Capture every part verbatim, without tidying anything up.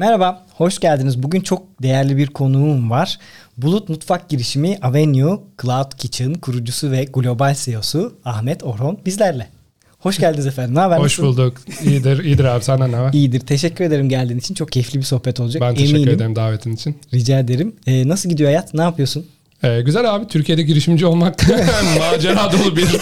Merhaba, hoş geldiniz. Bugün çok değerli bir konuğum var. Bulut Mutfak girişimi Avenue Cloud Kitchen kurucusu ve global C E O'su Ahmet Orhon bizlerle. Hoş geldiniz efendim. Ne haber? Hoş Nasıl? bulduk. İyidir, iyidir abi. Senden ne var? İyidir. Teşekkür ederim geldiğin için. Çok keyifli bir sohbet olacak. Ben teşekkür Eminim. ederim davetin için. Rica ederim. Ee, nasıl gidiyor hayat? Ne yapıyorsun? Ee, güzel abi. Türkiye'de girişimci olmak macera dolu bir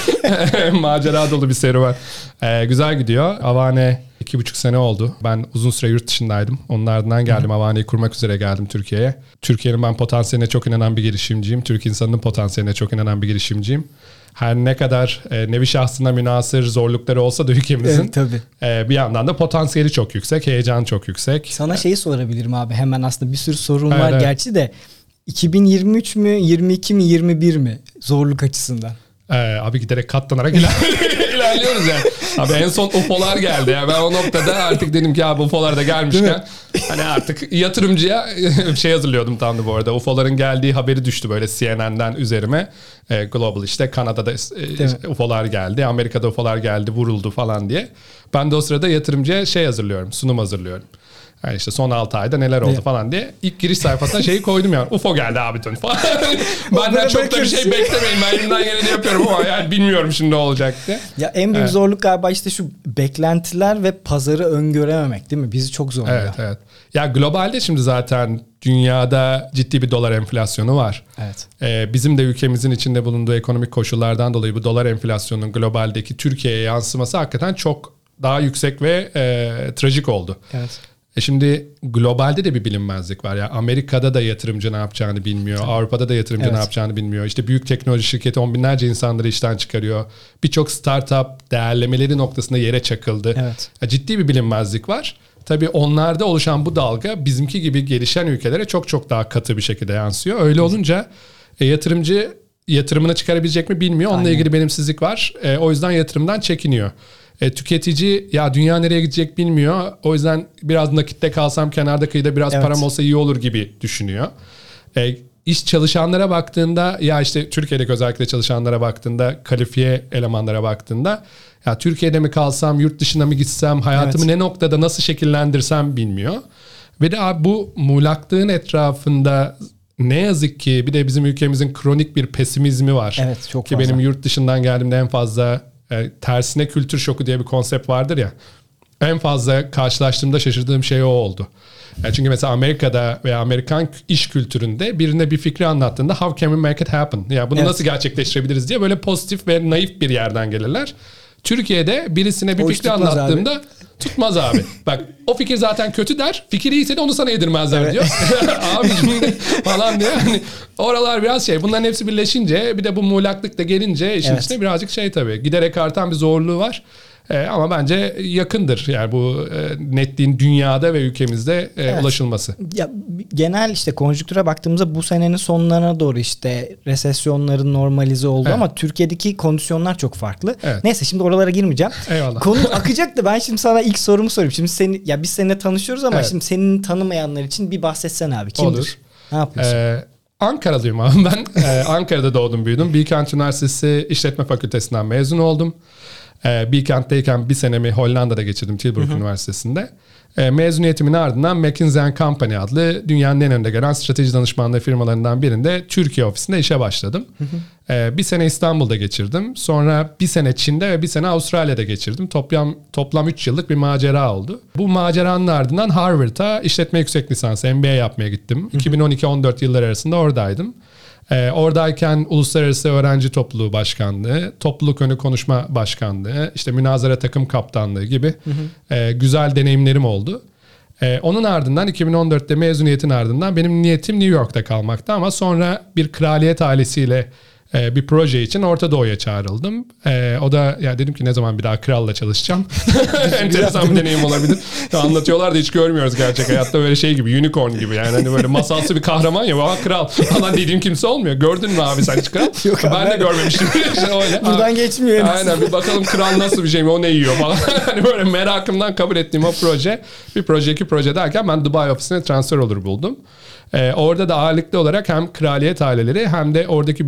macera dolu bir serüven. Ee, güzel gidiyor. Avane iki buçuk sene oldu. Ben uzun süre yurt dışındaydım. Onun ardından geldim. Avane'yi kurmak üzere geldim Türkiye'ye. Türkiye'nin ben potansiyeline çok inanan bir girişimciyim. Türk insanının potansiyeline çok inanan bir girişimciyim. Her ne kadar e, nevi şahsına münhasır zorlukları olsa da ülkemizin Evet, tabii. E, bir yandan da potansiyeli çok yüksek, heyecan çok yüksek. Sana şeyi sorabilirim abi. Hemen aslında bir sürü sorun Evet, var evet. gerçi de. iki bin yirmi üç mü, yirmi iki mi, yirmi bir mi zorluk açısından? Ee, abi giderek katlanarak iler- ilerliyoruz yani. Abi en son U F O'lar geldi. Yani ben o noktada artık dedim ki abi U F O'lar da gelmişken hani artık yatırımcıya şey hazırlıyordum tam da bu arada. U F O'ların geldiği haberi düştü böyle C N N'den üzerime. Ee, Global işte Kanada'da e, U F O'lar geldi. Amerika'da U F O'lar geldi, vuruldu falan diye. Ben de o sırada yatırımcıya şey hazırlıyorum, sunum hazırlıyorum. Yani işte son altı ayda neler oldu Evet. falan diye. İlk giriş sayfasına şeyi koydum yani. U F O geldi abi dön falan. Benden çok da bir şey beklemeyin. Ben elimden geleni yapıyorum ama yani bilmiyorum şimdi ne olacak diye. Ya en büyük Evet. zorluk galiba işte şu beklentiler ve pazarı öngörememek değil mi? Bizi çok zorluyor. Evet evet. Ya globalde şimdi zaten dünyada ciddi bir dolar enflasyonu var. Evet. Ee, bizim de ülkemizin içinde bulunduğu ekonomik koşullardan dolayı bu dolar enflasyonunun globaldeki Türkiye'ye yansıması hakikaten çok daha yüksek ve e, trajik oldu. Evet. E şimdi globalde de bir bilinmezlik var. Ya Amerika'da da yatırımcı ne yapacağını bilmiyor. Avrupa'da da yatırımcı Evet. ne yapacağını bilmiyor. İşte büyük teknoloji şirketi on binlerce insanları işten çıkarıyor. Birçok startup değerlemeleri noktasında yere çakıldı. Evet. Ya ciddi bir bilinmezlik var. Tabii onlarda oluşan bu dalga bizimki gibi gelişen ülkelere çok çok daha katı bir şekilde yansıyor. Öyle olunca e, yatırımcı yatırımını çıkarabilecek mi bilmiyor. Onunla Aynen. ilgili belirsizlik var. E, o yüzden yatırımdan çekiniyor. E, tüketici ya dünya nereye gidecek bilmiyor. O yüzden biraz nakitte kalsam kenarda kıyıda biraz Evet. param olsa iyi olur gibi düşünüyor. E, iş çalışanlara baktığında ya işte Türkiye'deki özellikle çalışanlara baktığında kalifiye elemanlara baktığında ya Türkiye'de mi kalsam yurt dışına mı gitsem hayatımı Evet. ne noktada nasıl şekillendirsem bilmiyor. Ve de abi bu muğlaklığın etrafında ne yazık ki bir de bizim ülkemizin kronik bir pesimizmi var. Evet, çok ki fazla. benim yurt dışından geldiğimde en fazla e, tersine kültür şoku diye bir konsept vardır ya. En fazla karşılaştığımda şaşırdığım şey o oldu. Yani çünkü mesela Amerika'da veya Amerikan iş kültüründe birine bir fikri anlattığında how can we make it happen? Yani bunu Evet. nasıl gerçekleştirebiliriz diye böyle pozitif ve naif bir yerden gelirler. Türkiye'de birisine bir O iş fikri tutmaz anlattığımda abi. tutmaz abi. Bak o fikir zaten kötü der. Fikir iyiyse de onu sana yedirmezler Evet. diyor. Abi şimdi falan diye. Hani oralar biraz şey. Bunların hepsi birleşince bir de bu muğlaklık da gelince işin Evet. içinde birazcık şey tabii. Giderek artan bir zorluğu var. Ee, ama bence yakındır. Yani bu e, netliğin dünyada ve ülkemizde e, Evet. ulaşılması. Ya genel işte konjüktüre baktığımızda bu senenin sonlarına doğru işte resesyonların normalize oldu Evet. ama Türkiye'deki kondisyonlar çok farklı. Evet. Neyse şimdi oralara girmeyeceğim. Eyvallah. Konu akacak da ben şimdi sana ilk sorumu sorayım. Şimdi seni ya biz seninle tanışıyoruz ama Evet. şimdi senin tanımayanlar için bir bahsetsene abi. Kimdir? Olur. Ne yapıyorsun? Ee, Ankaralıyım abi ben. Ee, Ankara'da doğdum büyüdüm. Bilkent Üniversitesi İşletme Fakültesinden mezun oldum. Ee, Bilkent'teyken bir senemi Hollanda'da geçirdim Tilburg Üniversitesi'nde. Ee, mezuniyetimin ardından McKinsey and Company adlı dünyanın en önde gelen strateji danışmanlığı firmalarından birinde Türkiye ofisinde işe başladım. Ee, bir sene İstanbul'da geçirdim. Sonra bir sene Çin'de ve bir sene Avustralya'da geçirdim. Toplam toplam üç yıllık bir macera oldu. Bu maceranın ardından Harvard'a işletme yüksek lisansı M B A yapmaya gittim. iki bin on iki on dört yılları arasında oradaydım. Ee, oradayken Uluslararası Öğrenci Topluluğu Başkanlığı, Topluluk Önü Konuşma Başkanlığı, işte münazara takım kaptanlığı gibi e, güzel deneyimlerim oldu. E, onun ardından iki bin on dörtte mezuniyetin ardından benim niyetim New York'ta kalmakta ama sonra bir kraliyet ailesiyle e, bir proje için Orta Doğu'ya çağrıldım. E, o da ya dedim ki ne zaman bir daha kralla çalışacağım. Enteresan bir deneyim olabilir. Ya anlatıyorlar da hiç görmüyoruz gerçek hayatta böyle şey gibi unicorn gibi yani hani böyle masalsı bir kahraman ya aa kral falan dediğim kimse olmuyor. Gördün mü abi sen hiç kral? Yok abi, ben de ben- görmemiştim. İşte öyle. Buradan geçmiyor en azından. Aynen bir bakalım kral nasıl bir şey mi o ne yiyor falan. Hani böyle merakımdan kabul ettiğim o proje bir proje iki proje derken ben Dubai ofisine transfer olur buldum. Ee, orada da ağırlıklı olarak hem kraliyet aileleri hem de oradaki büyük aile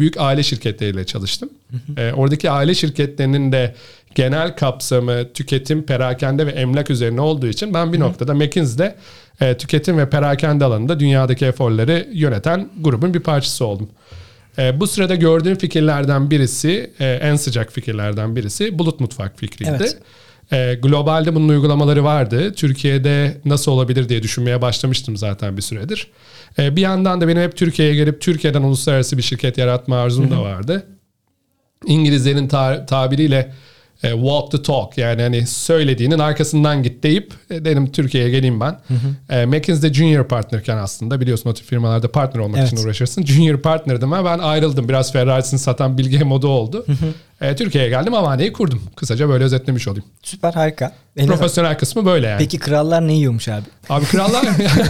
şirketleriyle çalıştım. E, oradaki aile şirketlerinin de genel kapsamı tüketim, perakende ve emlak üzerine olduğu için ben bir Hı-hı. noktada McKinsey'de e, tüketim ve perakende alanında dünyadaki eforları yöneten grubun bir parçası oldum. E, bu sırada gördüğüm fikirlerden birisi, e, en sıcak fikirlerden birisi bulut mutfak fikriydi. Evet. E, globalde bunun uygulamaları vardı. Türkiye'de nasıl olabilir diye düşünmeye başlamıştım zaten bir süredir. E, bir yandan da benim hep Türkiye'ye gelip Türkiye'den uluslararası bir şirket yaratma arzum Hı-hı. da vardı. İngilizlerin ta- tabiriyle e, walk the talk, yani hani söylediğinin arkasından git deyip e, dedim Türkiye'ye geleyim ben. Hı hı. E, McKinsey'de junior partnerken aslında biliyorsun o tip firmalarda partner olmak evet. için uğraşırsın. Junior partnerdim ve ben ayrıldım. Biraz Ferrari'sini satan bilge modu oldu. Hı hı. E, Türkiye'ye geldim, Avane'yi kurdum. Kısaca böyle özetlemiş olayım. Süper, harika. Eline Profesyonel bak. Kısmı böyle yani. Peki krallar ne yiyormuş abi? Abi krallar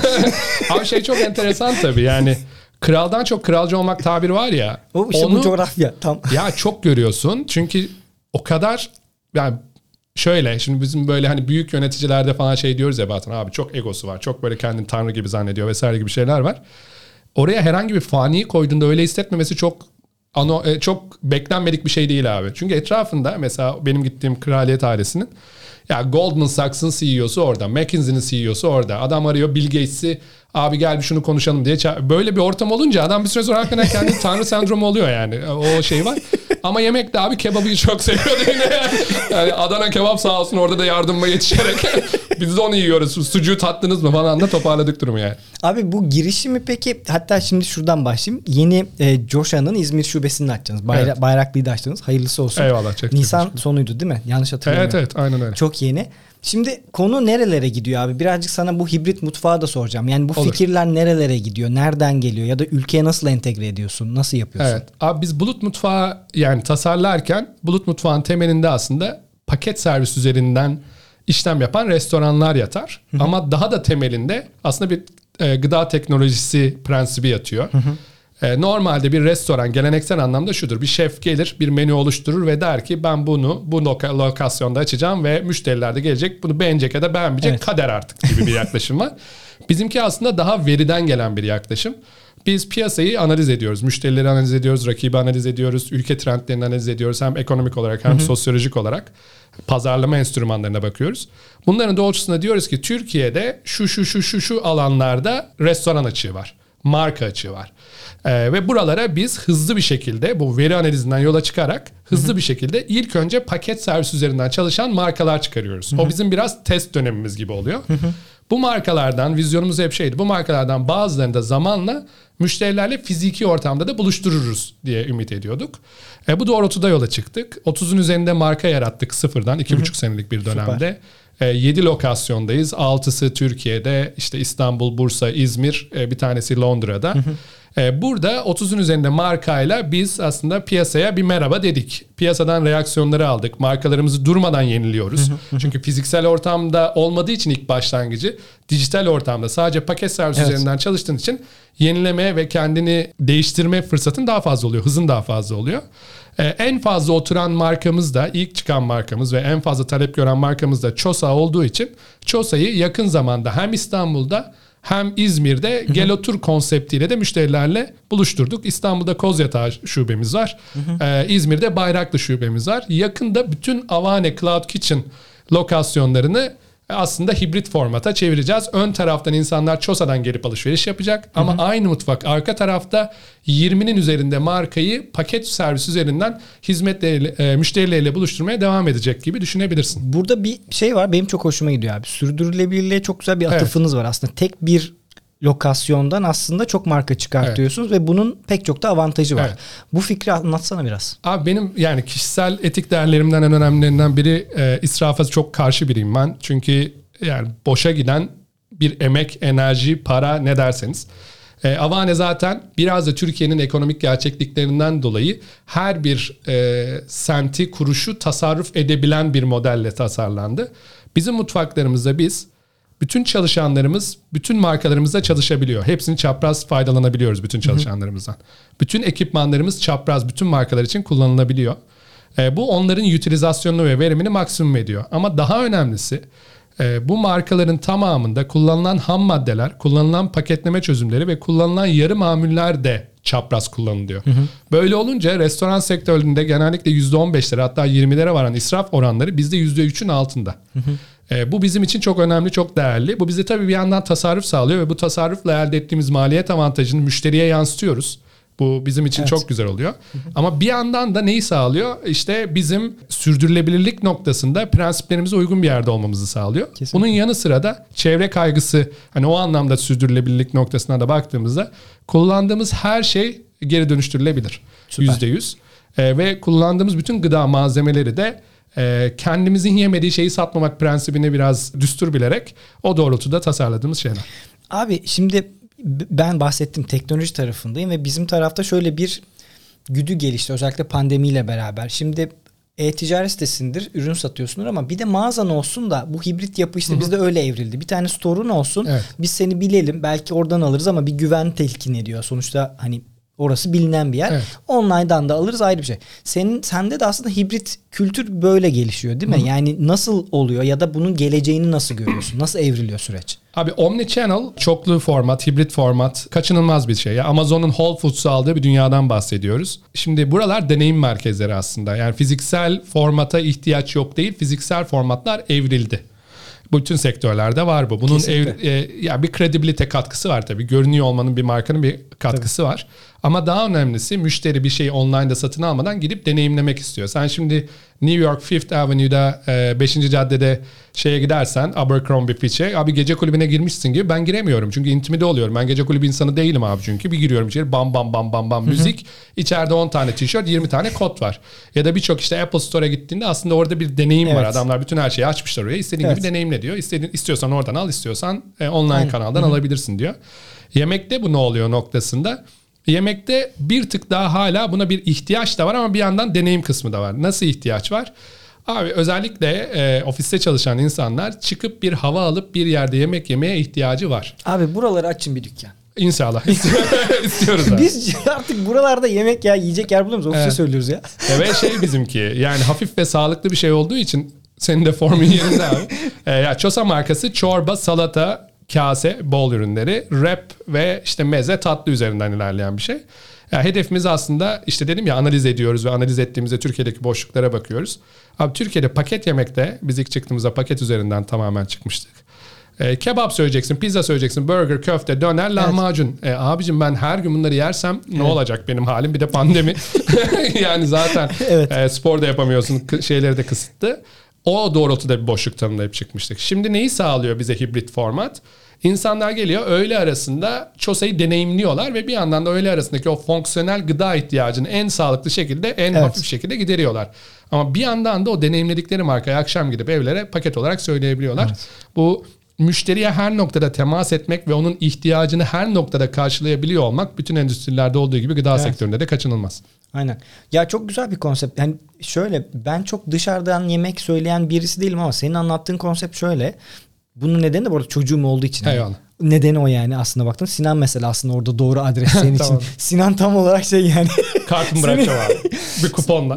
abi şey çok enteresan tabii yani. Kraldan çok kralcı olmak tabiri var ya. O işte onu, bu coğrafya tam. Ya çok görüyorsun çünkü o kadar, yani şöyle şimdi bizim böyle hani büyük yöneticilerde falan şey diyoruz ya bazen, abi çok egosu var, çok böyle kendini tanrı gibi zannediyor vesaire gibi şeyler var. Oraya herhangi bir faniyi koyduğunda öyle hissetmemesi çok ano, çok beklenmedik bir şey değil abi. Çünkü etrafında mesela benim gittiğim kraliyet ailesinin, ya Goldman Sachs'ın C E O'su orada, McKinsey'nin C E O'su orada. Adam arıyor Bill Gates'i, abi gel bir şunu konuşalım diye. Böyle bir ortam olunca adam bir süre sonra hakikaten kendi tanrı sendromu oluyor yani. O şey var. Ama yemekte abi kebabı çok seviyor yine yani. Yani Adana kebap sağ olsun orada da yardımıma yetişerek biz de onu yiyoruz. Sucuğu tattınız mı falan da toparladık durumu yani. Abi bu girişimi peki, hatta şimdi şuradan başlayayım. Yeni e, Coşa'nın İzmir şubesini açtınız. Bayra- evet. Bayraklı'yı da açtınız. Hayırlısı olsun. Eyvallah. Nisan teşekkür. Sonuydu değil mi? Yanlış hatırlamıyorum. Evet evet aynen öyle. Çok yeni. Şimdi konu nerelere gidiyor abi? Birazcık sana bu hibrit mutfağı da soracağım. Yani bu Olur. fikirler nerelere gidiyor? Nereden geliyor? Ya da ülkeye nasıl entegre ediyorsun? Nasıl yapıyorsun? Evet. Abi biz bulut mutfağı yani tasarlarken bulut mutfağın temelinde aslında paket servis üzerinden işlem yapan restoranlar yatar. Hı hı. Ama daha da temelinde aslında bir e, gıda teknolojisi prensibi yatıyor. Hı hı. Normalde bir restoran geleneksel anlamda şudur. Bir şef gelir, bir menü oluşturur ve der ki ben bunu bu loka- lokasyonda açacağım ve müşteriler de gelecek. Bunu beğenecek ya da beğenmeyecek, evet. Kader artık gibi bir yaklaşım var. Bizimki aslında daha veriden gelen bir yaklaşım. Biz piyasayı analiz ediyoruz. Müşterileri analiz ediyoruz, rakibi analiz ediyoruz, ülke trendlerini analiz ediyoruz. Hem ekonomik olarak hem Hı-hı. sosyolojik olarak pazarlama enstrümanlarına bakıyoruz. Bunların doğrultusunda diyoruz ki Türkiye'de şu şu şu şu şu alanlarda restoran açığı var. Marka açığı var. Ee, ve buralara biz hızlı bir şekilde bu veri analizinden yola çıkarak hızlı Hı-hı. bir şekilde ilk önce paket servis üzerinden çalışan markalar çıkarıyoruz. Hı-hı. O bizim biraz test dönemimiz gibi oluyor. Hı-hı. Bu markalardan, vizyonumuz hep şeydi, bu markalardan bazılarını da zamanla müşterilerle fiziki ortamda da buluştururuz diye ümit ediyorduk. E, bu doğrultuda yola çıktık. otuzun üzerinde marka yarattık sıfırdan, iki buçuk senelik bir dönemde. E, yedi lokasyondayız. altısı Türkiye'de, işte İstanbul, Bursa, İzmir, e, bir tanesi Londra'da. Hı hı. Burada otuzun üzerinde markayla biz aslında piyasaya bir merhaba dedik. Piyasadan reaksiyonları aldık. Markalarımızı durmadan yeniliyoruz. Çünkü fiziksel ortamda olmadığı için ilk başlangıcı, dijital ortamda sadece paket servis evet. üzerinden çalıştığın için yenileme ve kendini değiştirme fırsatın daha fazla oluyor. Hızın daha fazla oluyor. Ee, en fazla oturan markamız da, ilk çıkan markamız ve en fazla talep gören markamız da Çosa olduğu için Çosa'yı yakın zamanda hem İstanbul'da hem İzmir'de Gel Otur konseptiyle de müşterilerle buluşturduk. İstanbul'da Kozyatağı şubemiz var. Hı hı. Ee, İzmir'de Bayraklı şubemiz var. Yakında bütün Avane Cloud Kitchen lokasyonlarını aslında hibrit formata çevireceğiz. Ön taraftan insanlar Çosa'dan gelip alışveriş yapacak. Hı hı. Ama aynı mutfak arka tarafta yirminin üzerinde markayı paket servis üzerinden hizmetleriyle, e, müşterileriyle buluşturmaya devam edecek gibi düşünebilirsin. Burada bir şey var, benim çok hoşuma gidiyor abi. Sürdürülebilirliğe çok güzel bir atıfınız evet. var aslında. Tek bir lokasyondan aslında çok marka çıkartıyorsunuz evet. ve bunun pek çok da avantajı var. Evet. Bu fikri anlatsana biraz. Abi benim yani kişisel etik değerlerimden en önemlilerinden biri e, israfa çok karşı biriyim ben. Çünkü yani boşa giden bir emek, enerji, para ne derseniz. E, Avane zaten biraz da Türkiye'nin ekonomik gerçekliklerinden dolayı her bir e, senti, kuruşu tasarruf edebilen bir modelle tasarlandı. Bizim mutfaklarımızda biz bütün çalışanlarımız, bütün markalarımızda çalışabiliyor. Hepsini çapraz faydalanabiliyoruz bütün çalışanlarımızdan. Hı hı. Bütün ekipmanlarımız çapraz bütün markalar için kullanılabiliyor. E, bu onların utilizasyonunu ve verimini maksimum ediyor. Ama daha önemlisi e, bu markaların tamamında kullanılan ham maddeler, kullanılan paketleme çözümleri ve kullanılan yarı mamuller de çapraz kullanılıyor. Hı hı. Böyle olunca restoran sektöründe genellikle yüzde on beşlere hatta yirmilere varan israf oranları bizde yüzde üçün altında. Hı hı. E, bu bizim için çok önemli, çok değerli. Bu bize tabii bir yandan tasarruf sağlıyor ve bu tasarrufla elde ettiğimiz maliyet avantajını müşteriye yansıtıyoruz. Bu bizim için evet. çok güzel oluyor. Hı hı. Ama bir yandan da neyi sağlıyor? İşte bizim sürdürülebilirlik noktasında prensiplerimize uygun bir yerde olmamızı sağlıyor. Kesinlikle. Bunun yanı sıra da çevre kaygısı, hani o anlamda sürdürülebilirlik noktasına da baktığımızda kullandığımız her şey geri dönüştürülebilir. yüzde yüz. E, ve kullandığımız bütün gıda malzemeleri de e, kendimizin yemediği şeyi satmamak prensibini biraz düstur bilerek o doğrultuda tasarladığımız şeyler. Abi şimdi ben bahsettim, teknoloji tarafındayım ve bizim tarafta şöyle bir güdü gelişti özellikle pandemiyle beraber. Şimdi e-ticaret sitesindir, ürün satıyorsundur ama bir de mağazan olsun da bu hibrit yapı işte bizde öyle evrildi. Bir tane store'un olsun, evet. biz seni bilelim, belki oradan alırız ama bir güven telkin ediyor. Sonuçta hani orası bilinen bir yer. Evet. Online'dan da alırız, ayrı bir şey. Senin sende de aslında hibrit kültür böyle gelişiyor değil mi? Hı-hı. Yani nasıl oluyor ya da bunun geleceğini nasıl görüyorsun? Nasıl evriliyor süreç? Abi omnichannel, çoklu format, hibrit format kaçınılmaz bir şey. Ya Amazon'un Whole Foods'u aldığı bir dünyadan bahsediyoruz. Şimdi buralar deneyim merkezleri aslında. Yani fiziksel formata ihtiyaç yok değil, fiziksel formatlar evrildi. Bütün sektörlerde var bu. Bunun ev, e, ya bir kredibilite katkısı var tabii. Görünüyor olmanın bir markanın bir katkısı tabii. var. Ama daha önemlisi müşteri bir şeyi online'da satın almadan gidip deneyimlemek istiyor. Sen şimdi New York Fifth Avenue'da beşinci caddede şeye gidersen Abercrombie Fitch'e abi gece kulübüne girmişsin gibi ben giremiyorum. Çünkü intimide oluyorum. Ben gece kulübü insanı değilim abi çünkü. Bir giriyorum içeri bam bam bam bam bam müzik. İçeride on tane tişört, yirmi tane kot var. Ya da birçok işte Apple Store'a gittiğinde aslında orada bir deneyim evet. var. Adamlar bütün her şeyi açmışlar oraya. İstediğin evet. gibi deneyimle diyor. İstediğin, istiyorsan oradan al, istiyorsan online Aynen. kanaldan Hı-hı. alabilirsin diyor. Yemekte bu ne oluyor noktasında? Yemekte bir tık daha hala buna bir ihtiyaç da var ama bir yandan deneyim kısmı da var. Nasıl ihtiyaç var? Abi özellikle e, ofiste çalışan insanlar çıkıp bir hava alıp bir yerde yemek yemeye ihtiyacı var. Abi buraları açın bir dükkan. İnşallah. İstiyoruz abi. Biz artık buralarda yemek ya yiyecek yer buluyoruz. Ofiste evet. söylüyoruz ya. Ve şey bizimki yani hafif ve sağlıklı bir şey olduğu için senin de formun yerinde abi. E, ya Çosa markası çorba, salata, kase, bol ürünleri, wrap ve işte meze, tatlı üzerinden ilerleyen bir şey. Yani hedefimiz aslında işte dedim ya analiz ediyoruz ve analiz ettiğimizde Türkiye'deki boşluklara bakıyoruz. Abi Türkiye'de paket yemekte biz ilk çıktığımızda paket üzerinden tamamen çıkmıştık. E, kebap söyleyeceksin, pizza söyleyeceksin, burger, köfte, döner, lahmacun. Evet. E, abicim ben her gün bunları yersem ne evet. olacak benim halim? Bir de pandemi. Yani zaten evet. e, spor da yapamıyorsun, şeyleri de kısıtlı. O doğrultuda bir boşluk tanımlayıp çıkmıştık. Şimdi neyi sağlıyor bize hibrit format? İnsanlar geliyor öğle arasında Çosa'yı deneyimliyorlar ve bir yandan da öğle arasındaki o fonksiyonel gıda ihtiyacını en sağlıklı şekilde, en evet. hafif şekilde gideriyorlar. Ama bir yandan da o deneyimledikleri markayı akşam gidip evlere paket olarak söyleyebiliyorlar. Evet. Bu müşteriye her noktada temas etmek ve onun ihtiyacını her noktada karşılayabiliyor olmak bütün endüstrilerde olduğu gibi gıda evet. sektöründe de kaçınılmaz. Aynen. Ya çok güzel bir konsept. Yani şöyle ben çok dışarıdan yemek söyleyen birisi değilim ama senin anlattığın konsept şöyle. Bunun nedeni de bu arada çocuğum olduğu için. Eyvallah. Nedeni o yani aslında baktın. Sinan mesela aslında orada doğru adres senin tamam. için. Sinan tam olarak şey yani. Kartımı bırakacağım abi. Bir kuponla.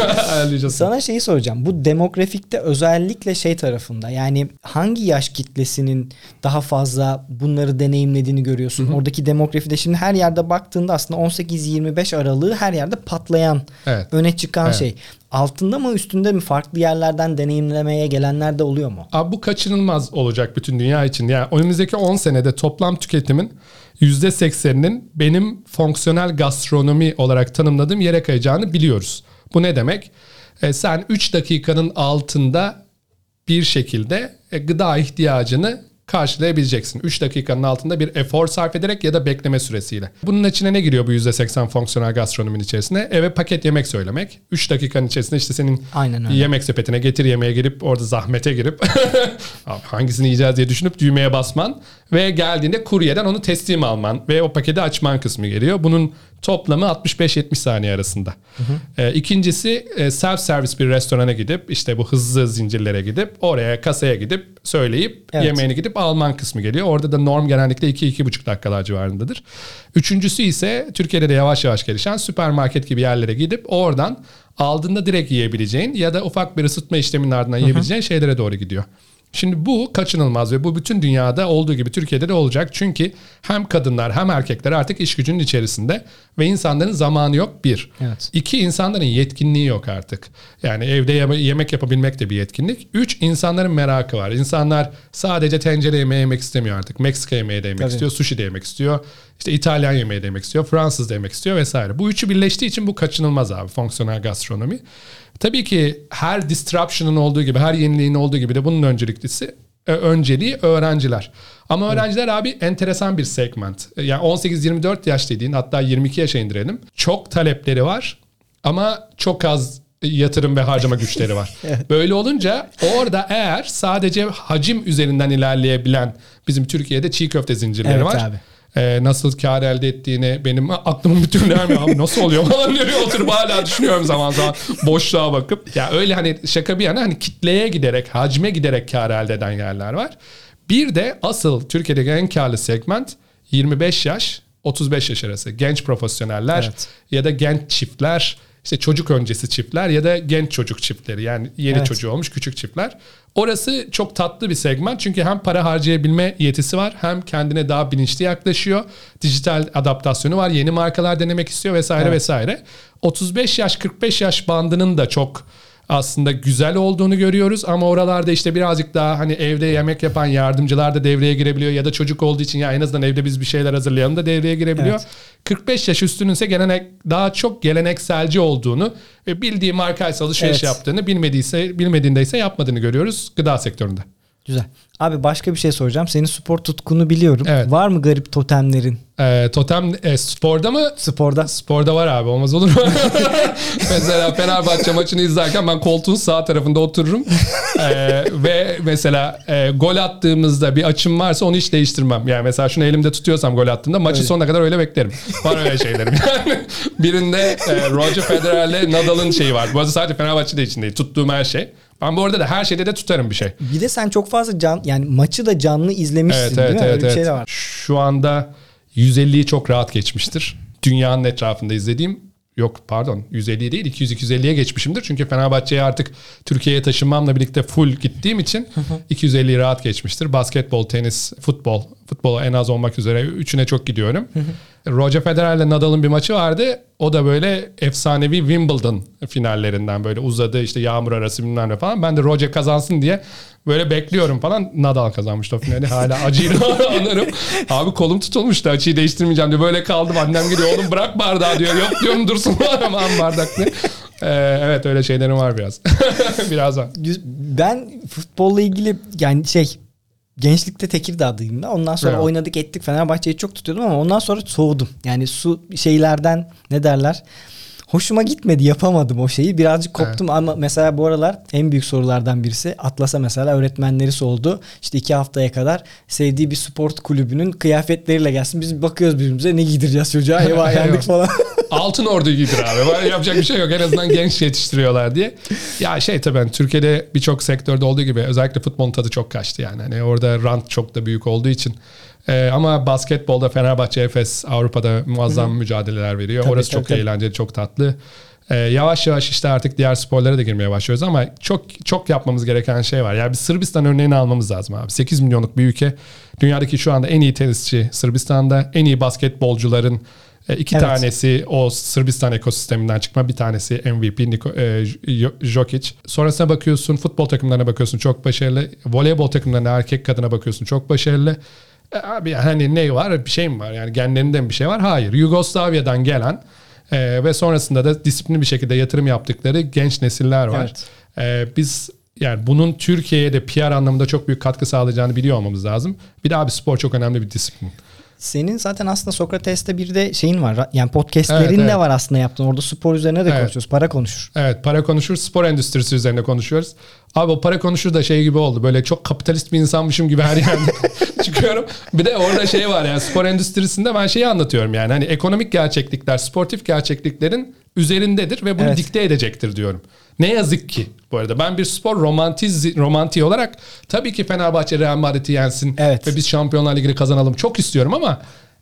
Sana şeyi soracağım. Bu demografikte özellikle şey tarafında yani hangi yaş kitlesinin daha fazla bunları deneyimlediğini görüyorsun? Hı-hı. Oradaki demografide şimdi her yerde baktığında aslında on sekiz yirmi beş aralığı her yerde patlayan, evet. öne çıkan evet. şey. Altında mı üstünde mi farklı yerlerden deneyimlemeye gelenler de oluyor mu? Abi bu kaçınılmaz olacak bütün dünya için. Yani önümüzdeki on senede toplam tüketimin yüzde sekseninin benim fonksiyonel gastronomi olarak tanımladığım yere kayacağını biliyoruz. Bu ne demek? E, sen üç dakikanın altında bir şekilde e, gıda ihtiyacını karşılayabileceksin. üç dakikanın altında bir efor sarf ederek ya da bekleme süresiyle. Bunun içine ne giriyor bu yüzde seksen fonksiyonel gastronominin içerisine? Eve paket yemek söylemek. üç dakikanın içerisinde işte senin yemek sepetine getir yemeğe girip orada zahmete girip hangisini yiyeceğiz diye düşünüp düğmeye basman ve geldiğinde kuryeden onu teslim alman ve o paketi açman kısmı geliyor. Bunun toplamı altmış beş yetmiş saniye arasında. Hı hı. E, ikincisi e, self servis bir restorana gidip işte bu hızlı zincirlere gidip oraya kasaya gidip söyleyip evet. yemeğini gidip alman kısmı geliyor. Orada da norm genellikle iki iki buçuk dakikalar civarındadır. Üçüncüsü ise Türkiye'de de yavaş yavaş gelişen süpermarket gibi yerlere gidip oradan aldığında direkt yiyebileceğin ya da ufak bir ısıtma işleminin ardından yiyebileceğin hı hı. şeylere doğru gidiyor. Şimdi bu kaçınılmaz ve bu bütün dünyada olduğu gibi Türkiye'de de olacak. Çünkü hem kadınlar hem erkekler artık iş gücünün içerisinde ve insanların zamanı yok bir. Evet. İki, insanların yetkinliği yok artık. Yani evde yeme- yemek yapabilmek de bir yetkinlik. Üç, insanların merakı var. İnsanlar sadece tencere yemeği yemek istemiyor artık. Meksika yemeği de yemek Tabii. istiyor, sushi de yemek istiyor. İşte İtalyan yemeği de yemek istiyor, Fransız da yemek istiyor vesaire. Bu üçü birleştiği için bu kaçınılmaz abi, fonksiyonel gastronomi. Tabii ki her disruption'ın olduğu gibi, her yeniliğin olduğu gibi de bunun önceliklisi, önceliği öğrenciler. Ama öğrenciler abi enteresan bir segment. Yani on sekiz yirmi dört yaş dediğin, hatta yirmi iki yaşa indirelim. Çok talepleri var ama çok az yatırım ve harcama güçleri var. Evet. Böyle olunca orada eğer sadece hacim üzerinden ilerleyebilen, bizim Türkiye'de çiğ köfte zincirleri Evet var. abi. Ee, nasıl kar elde ettiğini benim aklımın bir türlü ermiyor. Abi nasıl oluyor falan diye oturup hala düşünüyorum zaman zaman boşluğa bakıp. Ya öyle hani şaka bir yana hani kitleye giderek, hacme giderek kar elde eden yerler var. Bir de asıl Türkiye'deki en karlı segment yirmi beş yaş otuz beş yaş arası genç profesyoneller, evet, ya da genç çiftler, işte çocuk öncesi çiftler ya da genç çocuk çiftleri, yani yeni, evet, çocuğu olmuş küçük çiftler. Orası çok tatlı bir segment çünkü hem para harcayabilme yetisi var, hem kendine daha bilinçli yaklaşıyor. Dijital adaptasyonu var, yeni markalar denemek istiyor vesaire, evet, vesaire. otuz beş yaş kırk beş yaş bandının da çok aslında güzel olduğunu görüyoruz ama oralarda işte birazcık daha hani evde yemek yapan yardımcılar da devreye girebiliyor ya da çocuk olduğu için ya en azından evde biz bir şeyler hazırlayalım da devreye girebiliyor. Evet. kırk beş yaş üstünün ise gelenek, daha çok gelenekselci olduğunu ve bildiği markaysa alışveriş, evet, yaptığını, bilmediyse bilmediğinde ise yapmadığını görüyoruz gıda sektöründe. Güzel. Abi başka bir şey soracağım. Senin spor tutkunu biliyorum. Evet. Var mı garip totemlerin? Ee, totem e, sporda mı? Sporda. Sporda var abi, olmaz olur mu? Mesela Fenerbahçe maçını izlerken ben koltuğun sağ tarafında otururum. ee, ve mesela e, gol attığımızda bir açım varsa onu hiç değiştirmem. Yani mesela şunu elimde tutuyorsam gol attığımda maçı öyle sonuna kadar öyle beklerim. Var öyle şeylerim yani. Birinde e, Roger Federer'le Nadal'ın şeyi var. Bu arada sadece Fenerbahçe'de için değil. Tuttuğum her şey. Ben bu arada da her şeyde de tutarım bir şey. Bir de sen çok fazla can, yani maçı da canlı izlemişsin, evet, değil evet, mi? Evet, Öyle bir evet. şey de var. Şu anda yüz elliyi çok rahat geçmiştir. Dünyanın etrafında izlediğim, yok pardon yüz elli değil iki yüz iki yüz elliye geçmişimdir. Çünkü Fenerbahçe'ye artık Türkiye'ye taşınmamla birlikte full gittiğim için iki yüz elliyi rahat geçmiştir. Basketbol, tenis, futbol, futbola en az olmak üzere üçüne çok gidiyorum. Roger Federer'le Nadal'ın bir maçı vardı. O da böyle efsanevi Wimbledon finallerinden, böyle uzadı işte yağmur arası bilmem ne falan. Ben de Roger kazansın diye böyle bekliyorum falan. Nadal kazanmıştı o finali. Hala acıyla anlarım. Abi kolum tutulmuştu, açıyı değiştirmeyeceğim diye böyle kaldım. Annem gidiyor, oğlum bırak bardağı diyor. Yok diyorum, dursun aman bardak diye. Ee, evet öyle şeylerim var biraz. Biraz var. Ben futbolla ilgili yani şey... Gençlikte Tekirdağ'dayım da. Ondan sonra evet, oynadık ettik. Fenerbahçe'yi çok tutuyordum ama ondan sonra soğudum. Yani su şeylerden ne derler? Hoşuma gitmedi. Yapamadım o şeyi. Birazcık koptum, evet, ama mesela bu aralar en büyük sorulardan birisi Atlas'a mesela öğretmenleri sordu. İşte iki haftaya kadar sevdiği bir spor kulübünün kıyafetleriyle gelsin. Biz bakıyoruz birbirimize, ne giydireceğiz çocuğa? Eyvah yandık falan. Altın Ordu giydir abi. Böyle yapacak bir şey yok. En azından genç yetiştiriyorlar diye. Ya şey tabii hani Türkiye'de birçok sektörde olduğu gibi özellikle futbolun tadı çok kaçtı yani. Hani orada rant çok da büyük olduğu için. Ee, ama basketbolda Fenerbahçe, Efes Avrupa'da muazzam, hı-hı, mücadeleler veriyor. Tabii, orası tabii, çok tabii. eğlenceli, çok tatlı. Ee, yavaş yavaş işte artık diğer sporlara da girmeye başlıyoruz ama çok çok yapmamız gereken şey var. Yani bir Sırbistan örneğini almamız lazım abi. sekiz milyonluk bir ülke. Dünyadaki şu anda en iyi tenisçi Sırbistan'da. En iyi basketbolcuların iki, evet, tanesi o Sırbistan ekosisteminden çıkma. Bir tanesi M V P Niko, e, Jokic. Sonrasına bakıyorsun, futbol takımlarına bakıyorsun, çok başarılı. Voleybol takımlarına, erkek kadına bakıyorsun, çok başarılı. E, abi hani ne var? Bir şey mi var? Yani genlerinden bir şey var? Hayır. Yugoslavya'dan gelen e, ve sonrasında da disiplinli bir şekilde yatırım yaptıkları genç nesiller var. Evet. E, biz yani bunun Türkiye'ye de P R anlamında çok büyük katkı sağlayacağını biliyor olmamız lazım. Bir de abi spor çok önemli bir disiplin. Senin zaten aslında Sokrates'te bir de şeyin var. Yani podcastlerin, evet, de evet, var aslında yaptığın. Orada spor üzerine de, evet, konuşuyoruz. Para konuşur. Evet, para konuşur. Spor endüstrisi üzerine konuşuyoruz. Abi o para konuşur da şey gibi oldu. Böyle çok kapitalist bir insanmışım gibi her yerde çıkıyorum. Bir de orada şey var yani spor endüstrisinde ben şeyi anlatıyorum yani. Hani ekonomik gerçeklikler, sportif gerçekliklerin üzerindedir ve bunu, evet, dikte edecektir diyorum. Ne yazık ki bu arada ben bir spor romantiz, romantiği olarak tabii ki Fenerbahçe Real Madrid'i yensin, evet, ve biz Şampiyonlar Ligi'ni kazanalım çok istiyorum ama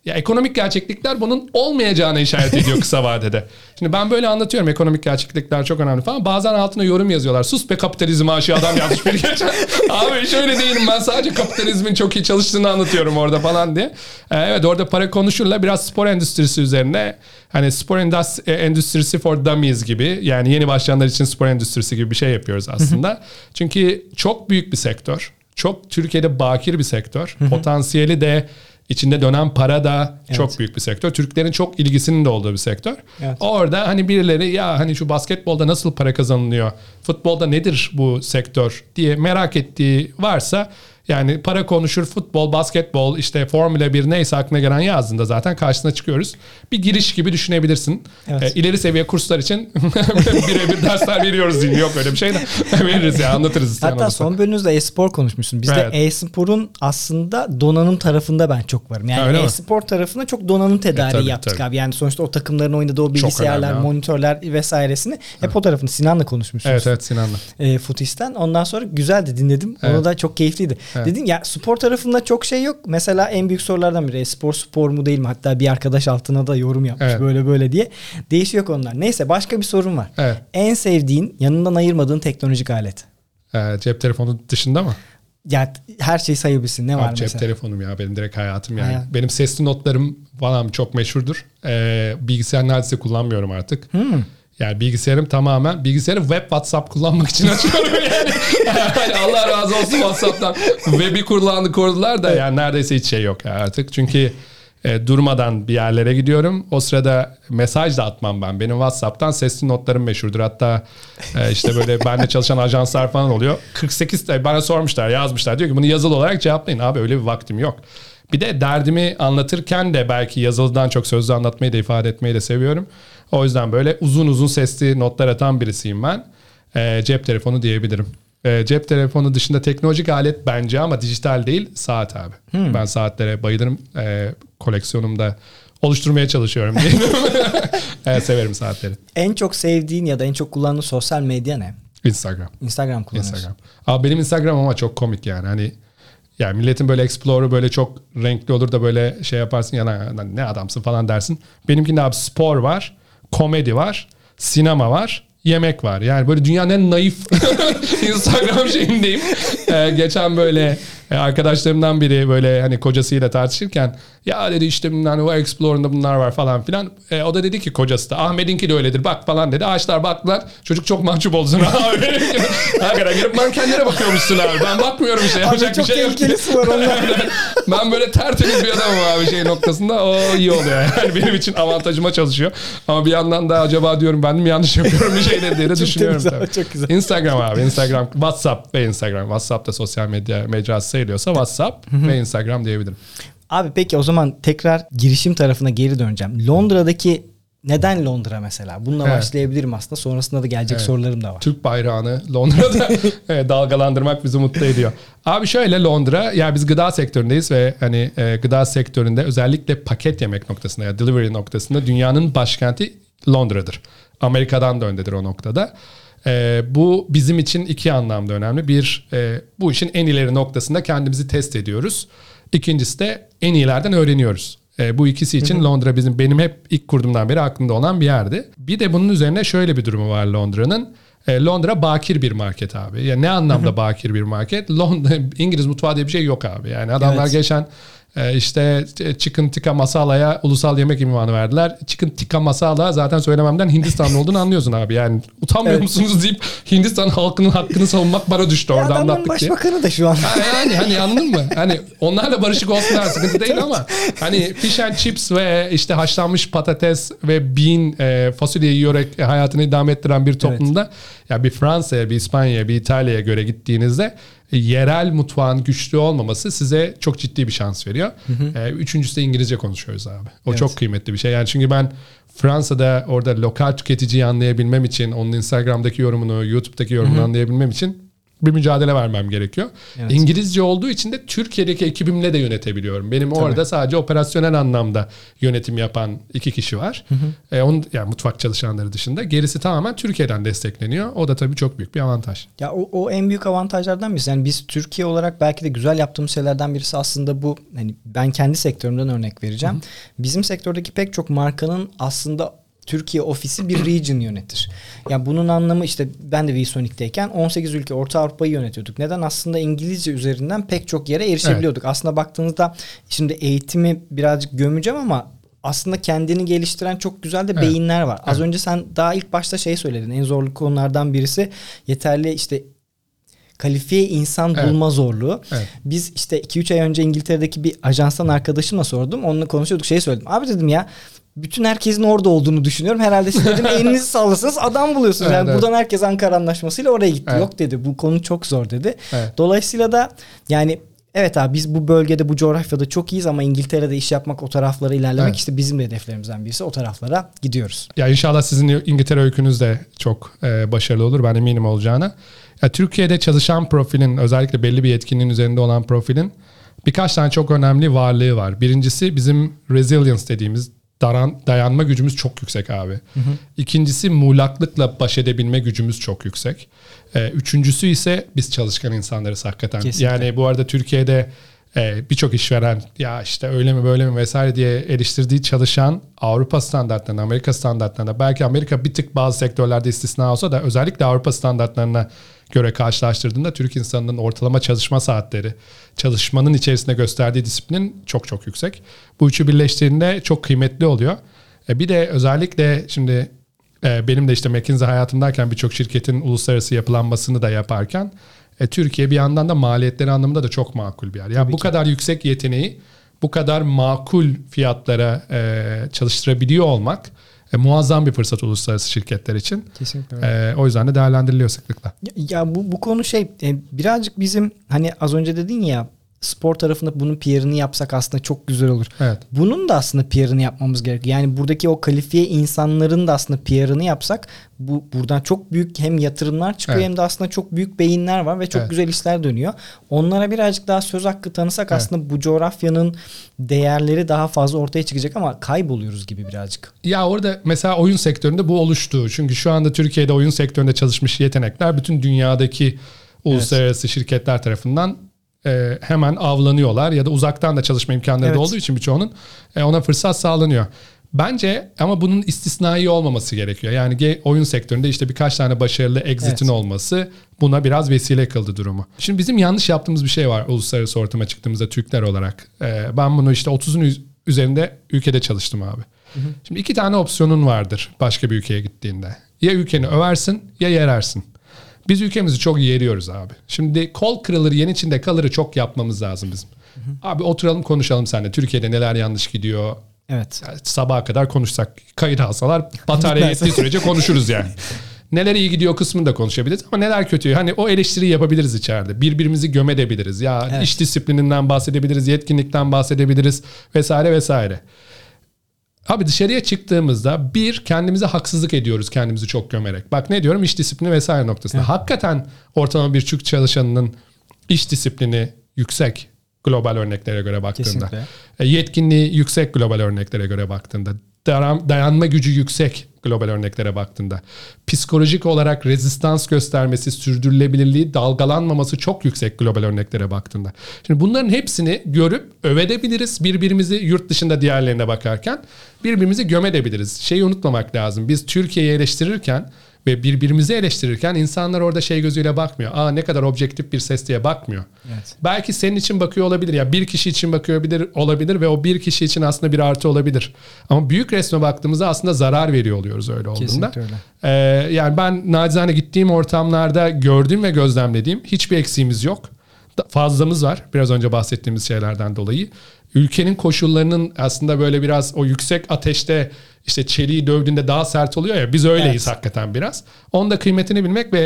Ya ekonomik gerçeklikler bunun olmayacağına işaret ediyor kısa vadede. Şimdi ben böyle anlatıyorum, ekonomik gerçeklikler çok önemli falan. Bazen altına yorum yazıyorlar. Sus be kapitalizm aşığı adam yazmış bir geçen. Abi hiç öyle değilim, ben sadece kapitalizmin çok iyi çalıştığını anlatıyorum orada falan diye. Ee, evet, orada para konuşurlar. Biraz spor endüstrisi üzerine. Hani spor endüstrisi for dummies gibi. Yani yeni başlayanlar için spor endüstrisi gibi bir şey yapıyoruz aslında. Çünkü çok büyük bir sektör. Çok Türkiye'de bakir bir sektör. Potansiyeli de, İçinde dönen para da evet. çok büyük bir sektör. Türklerin çok ilgisinin de olduğu bir sektör. Evet. Orada hani birileri ya hani şu basketbolda nasıl para kazanılıyor, futbolda nedir bu sektör diye merak ettiği varsa, yani para konuşur, futbol, basketbol, işte Formula bir neyse aklına gelen yazdığında zaten karşısına çıkıyoruz. Bir giriş gibi düşünebilirsin. Evet. E, ileri seviye kurslar için birebir dersler veriyoruz diyeyim. Yok öyle bir şey de veririz ya, anlatırız. Hatta son bölümünüzde e-spor konuşmuşsun. Biz evet. de e-sporun aslında donanım tarafında ben çok varım. Yani ha, e-spor tarafında çok donanım tedariği e, tabii, yaptık tabii. abi. Yani sonuçta o takımların oynadığı o bilgisayarlar, monitörler vesairesini hep evet. o tarafını Sinan'la konuşmuşsunuz. Evet evet Sinan'la. E, Futis'ten. Ondan sonra güzeldi, dinledim. Evet. Onu da çok keyifliydi. Evet. Dedin ya spor tarafında çok şey yok. Mesela en büyük sorulardan biri spor spor mu değil mi? Hatta bir arkadaş altına da yorum yapmış evet. böyle böyle diye. Değişiyor konular. Neyse, başka bir sorum var. Evet. En sevdiğin, yanından ayırmadığın teknolojik alet? Ee, cep telefonu dışında mı? Ya her şeyi sayabilirsin. Ne Abi, var cep mesela? Cep telefonum ya. Benim direkt hayatım yani. Hayat. Benim sesli notlarım falan çok meşhurdur. Ee, bilgisayar neredeyse kullanmıyorum artık. Hmm. Yani bilgisayarım tamamen, bilgisayarı web WhatsApp kullanmak için açıyorum yani. Yani Allah razı olsun WhatsApp'tan. Web'i kullandı kurdular da evet. yani neredeyse hiç şey yok artık. Çünkü e, durmadan bir yerlere gidiyorum. O sırada mesaj da atmam ben. Benim WhatsApp'tan sesli notlarım meşhurdur. Hatta e, işte böyle benimle çalışan ajanslar falan oluyor. kırk sekiz bana sormuşlar, yazmışlar. Diyor ki bunu yazılı olarak cevaplayın. Abi öyle bir vaktim yok. Bir de derdimi anlatırken de belki yazılıdan çok sözlü anlatmayı da, ifade etmeyi de seviyorum. O yüzden böyle uzun uzun sesli notlar atan birisiyim ben. E, cep telefonu diyebilirim. E, cep telefonu dışında teknolojik alet bence, ama dijital değil, saat abi. Hmm. Ben saatlere bayılırım. E, koleksiyonumda oluşturmaya çalışıyorum diyelim. e, severim saatleri. En çok sevdiğin ya da en çok kullandığın sosyal medya ne? Instagram. Instagram kullanıyorsun. Instagram. Abi benim Instagram ama çok komik yani. Hani yani milletin böyle Explorer'ı böyle çok renkli olur da böyle şey yaparsın ya, ne adamsın falan dersin. Benimkinde abi spor var, komedi var, sinema var, yemek var. Yani böyle dünyanın en naif Instagram şeyindeyim. Ee, geçen böyle arkadaşlarımdan biri böyle hani kocasıyla tartışırken ya dedi işte hani o Explorer'da bunlar var falan filan. E, o da dedi ki kocası da Ahmet'inki de öyledir bak falan dedi. Ağaçlar baktılar. Çocuk çok mahcup oldu sonra. Hakikaten girip mankenlere bakıyormuşsun abi. Ben bakmıyorum işte. Yapacak bir şey yok. Var onlar. Ben böyle tertemiz bir adamım abi şey noktasında. O iyi oluyor yani. Benim için avantajıma çalışıyor. Ama bir yandan da acaba diyorum ben mi yanlış yapıyorum bir şeyleri diye de düşünüyorum güzel, tabii. Çok güzel. Instagram abi. Instagram, WhatsApp ve Instagram. WhatsApp da sosyal medya mecrası sayılıyorsa WhatsApp ve Instagram diyebilirim. Abi peki o zaman tekrar girişim tarafına geri döneceğim. Londra'daki neden Londra mesela? Bununla evet. başlayabilirim aslında. Sonrasında da gelecek evet. sorularım da var. Türk bayrağını Londra'da dalgalandırmak bizi mutlu ediyor. Abi şöyle, Londra, ya biz gıda sektöründeyiz ve hani e, gıda sektöründe özellikle paket yemek noktasında ya delivery noktasında dünyanın başkenti Londra'dır. Amerika'dan da öndedir o noktada. E, bu bizim için iki anlamda önemli. Bir, e, bu işin en ileri noktasında kendimizi test ediyoruz. İkincisi de en iyilerden öğreniyoruz. E, bu ikisi için hı hı. Londra bizim benim hep ilk kurduğumdan beri aklımda olan bir yerdi. Bir de bunun üzerine şöyle bir durumu var Londra'nın. E, Londra bakir bir market abi. Yani ne anlamda hı hı. bakir bir market? Londra, İngiliz mutfağı diye bir şey yok abi. Yani adamlar evet. geçen e, işte chicken tikka masala'ya ulusal yemek ünvanı verdiler. Chicken tikka masala zaten söylememden Hindistanlı olduğunu anlıyorsun abi. Yani utanmıyor evet. musunuz deyip Hindistan halkının hakkını savunmak bana düştü orada anlattık diye. Başbakanı da şu an. Yani hani anladın mı? Hani onlarla barışık olsunlar, sıkıntı değil ama hani fish and chips ve işte haşlanmış patates ve bean e, fasulye yiyerek hayatını idame ettiren bir toplumda evet. ya bir Fransa'ya, bir İspanya'ya, bir İtalya'ya göre gittiğinizde yerel mutfağın güçlü olmaması size çok ciddi bir şans veriyor. Hı hı. Ee, üçüncüsü de İngilizce konuşuyoruz abi. O evet. çok kıymetli bir şey. Yani çünkü ben Fransa'da orada lokal tüketiciyi anlayabilmem için, onun Instagram'daki yorumunu, YouTube'daki yorumunu hı hı. anlayabilmem için bir mücadele vermem gerekiyor. Evet. İngilizce olduğu için de Türkiye'deki ekibimle de yönetebiliyorum. Benim Tabii. orada sadece operasyonel anlamda yönetim yapan iki kişi var. Hı hı. E, onun, yani mutfak çalışanları dışında. Gerisi tamamen Türkiye'den destekleniyor. O da tabii çok büyük bir avantaj. Ya o, o en büyük avantajlardan birisi. Yani biz Türkiye olarak belki de güzel yaptığımız şeylerden birisi aslında bu. Hani ben kendi sektörümden örnek vereceğim. Hı hı. Bizim sektördeki pek çok markanın aslında Türkiye ofisi bir region yönetir. Yani bunun anlamı işte ben de VSonic'teyken on sekiz ülke Orta Avrupa'yı yönetiyorduk. Neden? Aslında İngilizce üzerinden pek çok yere erişebiliyorduk. Evet. Aslında baktığınızda şimdi eğitimi birazcık gömeceğim ama aslında kendini geliştiren çok güzel de evet. beyinler var. Az evet. önce sen daha ilk başta şey söyledin. En zorlu konulardan birisi yeterli işte kalifiye insan evet. bulma zorluğu. Evet. Biz işte iki üç ay önce İngiltere'deki bir ajanstan arkadaşımla sordum. Onunla konuşuyorduk. Şey söyledim. Abi dedim ya bütün herkesin orada olduğunu düşünüyorum. Herhalde siz dedim elinizi sallasanız adam buluyorsunuz. Evet, yani evet. buradan herkes Ankara Anlaşması'yla oraya gitti. Evet. Yok dedi. Bu konu çok zor dedi. Evet. Dolayısıyla da yani evet abi biz bu bölgede bu coğrafyada çok iyiyiz ama İngiltere'de iş yapmak o taraflara ilerlemek evet. işte bizim de hedeflerimizden birisi. O taraflara gidiyoruz. Ya inşallah sizin İngiltere öykünüz de çok e, başarılı olur. Ben eminim olacağına. Ya Türkiye'de çalışan profilin özellikle belli bir yetkinliğin üzerinde olan profilin birkaç tane çok önemli varlığı var. Birincisi bizim resilience dediğimiz daran, dayanma gücümüz çok yüksek abi. Hı hı. İkincisi muğlaklıkla baş edebilme gücümüz çok yüksek. Ee, üçüncüsü ise biz çalışkan insanlarız hakikaten. Kesinlikle. Yani bu arada Türkiye'de e, birçok işveren ya işte öyle mi böyle mi vesaire diye eleştirdiği çalışan Avrupa standartlarına, Amerika standartlarına, belki Amerika bir tık bazı sektörlerde istisna olsa da özellikle Avrupa standartlarına göre karşılaştırdığında Türk insanının ortalama çalışma saatleri, çalışmanın içerisinde gösterdiği disiplinin çok çok yüksek. Bu üçü birleştiğinde çok kıymetli oluyor. E bir de özellikle şimdi e, benim de işte McKinsey hayatımdayken birçok şirketin uluslararası yapılanmasını da yaparken e, Türkiye bir yandan da maliyetleri anlamında da çok makul bir yer. Yani bu ki. kadar yüksek yeteneği bu kadar makul fiyatlara e, çalıştırabiliyor olmak E, muazzam bir fırsat uluslararası şirketler için. Kesinlikle. E, o yüzden de değerlendiriliyor sıklıkla. Ya, ya bu bu konu şey e, birazcık bizim hani az önce dedin ya spor tarafında bunun P R'ını yapsak aslında çok güzel olur. Evet. Bunun da aslında P R'ını yapmamız gerekiyor. Yani buradaki o kalifiye insanların da aslında P R'ını yapsak bu buradan çok büyük hem yatırımlar çıkıyor evet. hem de aslında çok büyük beyinler var ve çok evet. güzel işler dönüyor. Onlara birazcık daha söz hakkı tanısak evet. aslında bu coğrafyanın değerleri daha fazla ortaya çıkacak ama kayboluyoruz gibi birazcık. Ya orada mesela oyun sektöründe bu oluştu. Çünkü şu anda Türkiye'de oyun sektöründe çalışmış yetenekler bütün dünyadaki uluslararası evet. şirketler tarafından e, hemen avlanıyorlar ya da uzaktan da çalışma imkanları evet. da olduğu için birçoğunun e, ona fırsat sağlanıyor. Bence ama bunun istisnai olmaması gerekiyor. Yani oyun sektöründe işte birkaç tane başarılı exit'in evet. olması buna biraz vesile kıldı durumu. Şimdi bizim yanlış yaptığımız bir şey var uluslararası ortama çıktığımızda Türkler olarak. Ee, ben bunu işte otuzun üzerinde ülkede çalıştım abi. Hı hı. Şimdi iki tane opsiyonun vardır başka bir ülkeye gittiğinde. Ya ülkeni översin ya yerersin. Biz ülkemizi çok yeriyoruz abi. Şimdi kol kırılır yen içinde kalırı çok yapmamız lazım bizim. Hı hı. Abi oturalım konuşalım seninle. Türkiye'de neler yanlış gidiyor. Evet. Yani sabaha kadar konuşsak, kayıt alsalar batarya yettiği sürece konuşuruz yani. Neler iyi gidiyor kısmını da konuşabiliriz ama neler kötü. Hani o eleştiriyi yapabiliriz içeride. Birbirimizi gömebiliriz. Ya evet. iş disiplininden bahsedebiliriz, yetkinlikten bahsedebiliriz vesaire vesaire. Abi dışarıya çıktığımızda bir kendimize haksızlık ediyoruz kendimizi çok gömerek. Bak ne diyorum iş disiplini vesaire noktasında. Evet. Hakikaten ortalama bir Türk çalışanının iş disiplini yüksek. Global örneklere göre baktığında. Kesinlikle. Yetkinliği yüksek global örneklere göre baktığında. Dayanma gücü yüksek global örneklere baktığında. Psikolojik olarak rezistans göstermesi, sürdürülebilirliği, dalgalanmaması çok yüksek global örneklere baktığında. Şimdi bunların hepsini görüp övebiliriz. Birbirimizi yurt dışında diğerlerine bakarken birbirimizi gömebiliriz. Şeyi unutmamak lazım. Biz Türkiye'yi eleştirirken ve birbirimizi eleştirirken insanlar orada şey gözüyle bakmıyor. Aa ne kadar objektif bir ses diye bakmıyor. Evet. Belki senin için bakıyor olabilir ya bir kişi için bakıyor olabilir, olabilir ve o bir kişi için aslında bir artı olabilir. Ama büyük resme baktığımızda aslında zarar veriyor oluyoruz öyle olduğunda. Kesinlikle öyle. Ee, yani ben nacizane gittiğim ortamlarda gördüğüm ve gözlemlediğim hiçbir eksiğimiz yok. Fazlamız var biraz önce bahsettiğimiz şeylerden dolayı. Ülkenin koşullarının aslında böyle biraz o yüksek ateşte işte çeliği dövdüğünde daha sert oluyor ya biz öyleyiz evet. hakikaten biraz. Onun da kıymetini bilmek ve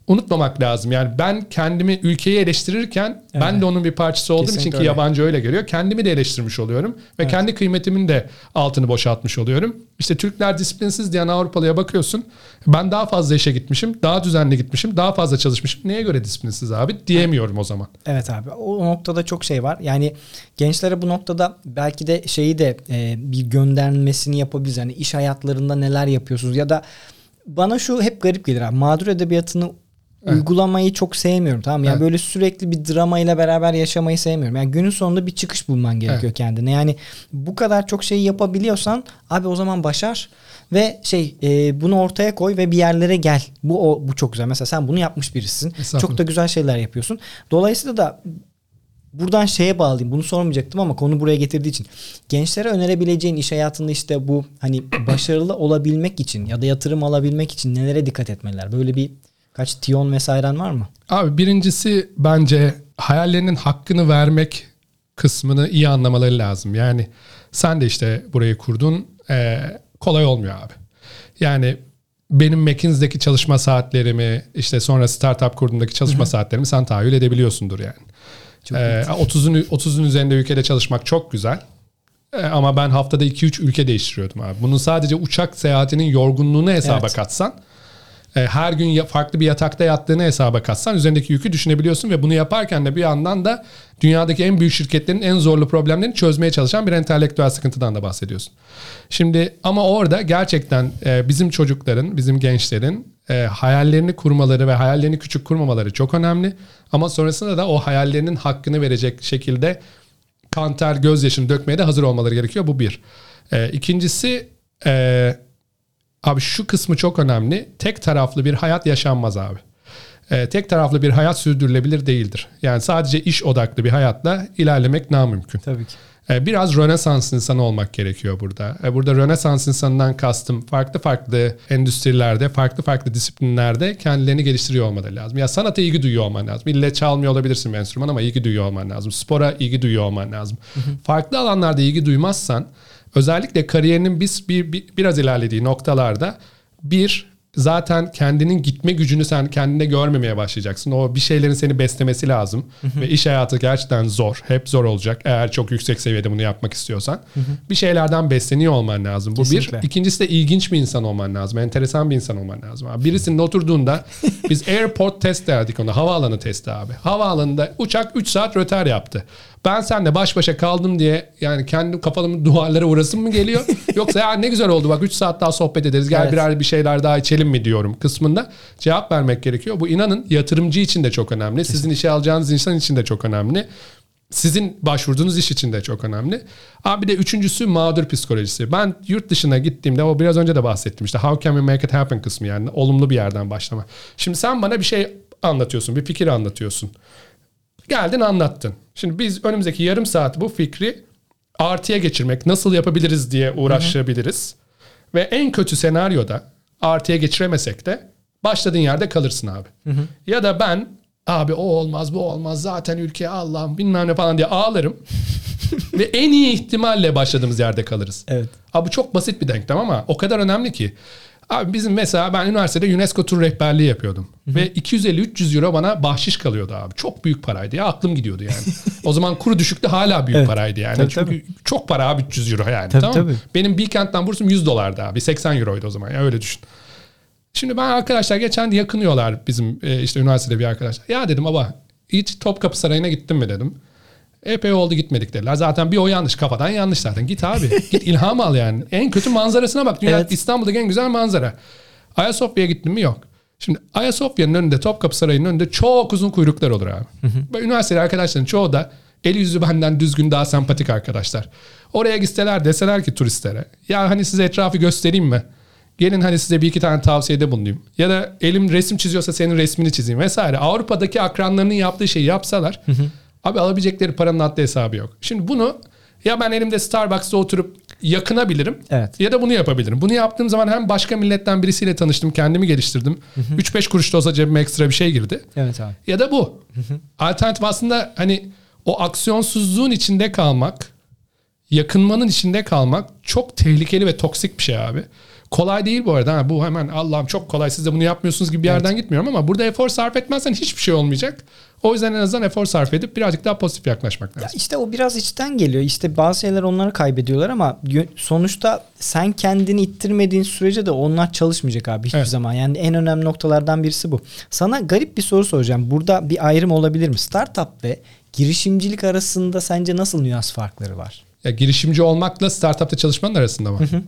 unutmamak lazım. Yani ben kendimi, ülkeyi eleştirirken evet. ben de onun bir parçası olduğum Kesinlikle için ki öyle. Yabancı öyle görüyor. Kendimi de eleştirmiş oluyorum ve evet. kendi kıymetimin de altını boşaltmış oluyorum. İşte Türkler disiplinsiz diyen Avrupalıya bakıyorsun. Ben daha fazla işe gitmişim, daha düzenli gitmişim, daha fazla çalışmışım. Neye göre disiplinsiz abi diyemiyorum o zaman. Evet abi, o noktada çok şey var. Yani gençlere bu noktada belki de şeyi de e, bir göndermesini yapabiliriz. Yani iş hayatlarında neler yapıyorsunuz ya da bana şu hep garip gelir abi. Mağdur edebiyatını evet. uygulamayı çok sevmiyorum, tamam mı? Yani evet. böyle sürekli bir dramayla beraber yaşamayı sevmiyorum. Yani günün sonunda bir çıkış bulman gerekiyor evet. kendine. Yani bu kadar çok şeyi yapabiliyorsan abi o zaman başar ve şey e, bunu ortaya koy ve bir yerlere gel. Bu o, bu çok güzel. Mesela sen bunu yapmış birisin. Çok da güzel şeyler yapıyorsun. Dolayısıyla da buradan şeye bağlayayım. Bunu sormayacaktım ama konu buraya getirdiği için. Gençlere önerebileceğin iş hayatında işte bu hani başarılı olabilmek için ya da yatırım alabilmek için nelere dikkat etmeliler? Böyle bir kaç tiyon vesairen var mı? Abi birincisi bence hayallerinin hakkını vermek kısmını iyi anlamaları lazım. Yani sen de işte burayı kurdun. Ee, kolay olmuyor abi. Yani benim McKinsey'deki çalışma saatlerimi işte sonra startup kurduğumdaki çalışma Hı-hı. saatlerimi sen tahayyül edebiliyorsundur yani. Ee, otuzun otuzun üzerinde ülkede çalışmak çok güzel. Ee, ama ben haftada iki üç ülke değiştiriyordum abi. Bunun sadece uçak seyahatinin yorgunluğunu hesaba evet. katsan, e, her gün farklı bir yatakta yattığını hesaba katsan üzerindeki yükü düşünebiliyorsun ve bunu yaparken de bir yandan da dünyadaki en büyük şirketlerin en zorlu problemlerini çözmeye çalışan bir entelektüel sıkıntıdan da bahsediyorsun. Şimdi ama orada gerçekten e, bizim çocukların, bizim gençlerin e, hayallerini kurmaları ve hayallerini küçük kurmamaları çok önemli. Ama sonrasında da o hayallerinin hakkını verecek şekilde kan ter gözyaşını dökmeye de hazır olmaları gerekiyor. Bu bir. E, ikincisi e, abi şu kısmı çok önemli. Tek taraflı bir hayat yaşanmaz abi. E, tek taraflı bir hayat sürdürülebilir değildir. Yani sadece iş odaklı bir hayatla ilerlemek namümkün. Tabii ki. Biraz Rönesans insanı olmak gerekiyor burada. Burada Rönesans insanından kastım farklı farklı endüstrilerde, farklı farklı disiplinlerde kendilerini geliştiriyor olmaları lazım. Ya sanata ilgi duyuyor olman lazım. İlle çalmıyor olabilirsin bir enstrüman ama ilgi duyuyor olman lazım. Spora ilgi duyuyor olman lazım. Hı hı. Farklı alanlarda ilgi duymazsan özellikle kariyerinin biz bir, bir, biraz ilerlediği noktalarda bir zaten kendinin gitme gücünü sen kendine görmemeye başlayacaksın. O bir şeylerin seni beslemesi lazım. Hı hı. Ve iş hayatı gerçekten zor. Hep zor olacak. Eğer çok yüksek seviyede bunu yapmak istiyorsan. Hı hı. Bir şeylerden besleniyor olman lazım. Bu Kesinlikle. bir. İkincisi de ilginç bir insan olman lazım. Enteresan bir insan olman lazım. Abi. Birisinin oturduğunda biz airport test derdik ona. Havaalanı testi abi. Havaalanında uçak üç saat rötar yaptı. Ben seninle baş başa kaldım diye yani kendi kafamın duvarlara vurasım mı geliyor? Yoksa ya ne güzel oldu bak üç saat daha sohbet ederiz. Gel evet. birer bir şeyler daha içelim mi diyorum kısmında cevap vermek gerekiyor. Bu inanın yatırımcı için de çok önemli. Kesinlikle. Sizin işe alacağınız insan için de çok önemli. Sizin başvurduğunuz iş için de çok önemli. Abi bir de üçüncüsü mağdur psikolojisi. Ben yurt dışına gittiğimde o biraz önce de bahsettim. İşte how can we make it happen kısmı yani olumlu bir yerden başlama. Şimdi sen bana bir şey anlatıyorsun, bir fikir anlatıyorsun. Geldin anlattın. Şimdi biz önümüzdeki yarım saat bu fikri artıya geçirmek, nasıl yapabiliriz diye uğraşabiliriz. Hı hı. Ve en kötü senaryoda artıya geçiremesek de başladığın yerde kalırsın abi. Hı hı. Ya da ben abi o olmaz bu olmaz zaten ülkeye Allah'ım bilmem ne falan diye ağlarım. Ve en iyi ihtimalle başladığımız yerde kalırız. Evet. Abi bu çok basit bir denklem ama o kadar önemli ki. Abi bizim mesela ben üniversitede UNESCO tur rehberliği yapıyordum. Hı-hı. Ve iki yüz elli üç yüz euro bana bahşiş kalıyordu abi. Çok büyük paraydı ya aklım gidiyordu yani. O zaman kuru düşüktü hala büyük evet. paraydı yani. Tabii, Çünkü tabii. çok para abi üç yüz euro yani. Tabii, tamam tabii. Benim Bilkent'ten bursum yüz dolardı abi. seksen euroydu o zaman ya öyle düşün. Şimdi ben arkadaşlar geçen de yakınıyorlar bizim işte üniversitede bir arkadaşlar. Ya dedim baba hiç Topkapı Sarayı'na gittin mi dedim. Epey oldu gitmedik dediler. Zaten bir o yanlış. Kafadan yanlış zaten. Git abi. Git ilham al yani. En kötü manzarasına bak. Dünya, evet. İstanbul'daki en güzel manzara. Ayasofya'ya gittin mi? Yok. Şimdi Ayasofya'nın önünde, Topkapı Sarayı'nın önünde çok uzun kuyruklar olur abi. Hı hı. Üniversiteli arkadaşların çoğu da eli yüzü benden düzgün, daha sempatik arkadaşlar. Oraya gitseler deseler ki turistlere. Ya hani size etrafı göstereyim mi? Gelin hani size bir iki tane tavsiyede bulunayım. Ya da elim resim çiziyorsa senin resmini çizeyim vesaire. Avrupa'daki akranlarının yaptığı şeyi yapsalar... Hı hı. Abi alabilecekleri paranın haddi hesabı yok. Şimdi bunu ya ben elimde Starbucks'ta oturup yakınabilirim evet. ya da bunu yapabilirim. Bunu yaptığım zaman hem başka milletten birisiyle tanıştım, kendimi geliştirdim. üç beş kuruş da olsa cebime ekstra bir şey girdi. Evet abi. Ya da bu. Hı hı. Alternatif aslında hani o aksiyonsuzluğun içinde kalmak, yakınmanın içinde kalmak çok tehlikeli ve toksik bir şey abi. kolay değil bu arada. Ha, bu hemen Allah'ım çok kolay siz de bunu yapmıyorsunuz gibi bir yerden evet. gitmiyorum ama burada efor sarf etmezsen hiçbir şey olmayacak. O yüzden en azından efor sarf edip birazcık daha pozitif yaklaşmak lazım. Ya işte o biraz içten geliyor. İşte bazı şeyler onları kaybediyorlar ama sonuçta sen kendini ittirmediğin sürece de onlar çalışmayacak abi hiçbir evet. zaman. Yani en önemli noktalardan birisi bu. Sana garip bir soru soracağım. Burada bir ayrım olabilir mi? Startup ve girişimcilik arasında sence nasıl nüans farkları var? Ya girişimci olmakla startupta çalışmanın arasında mı? Hı hı.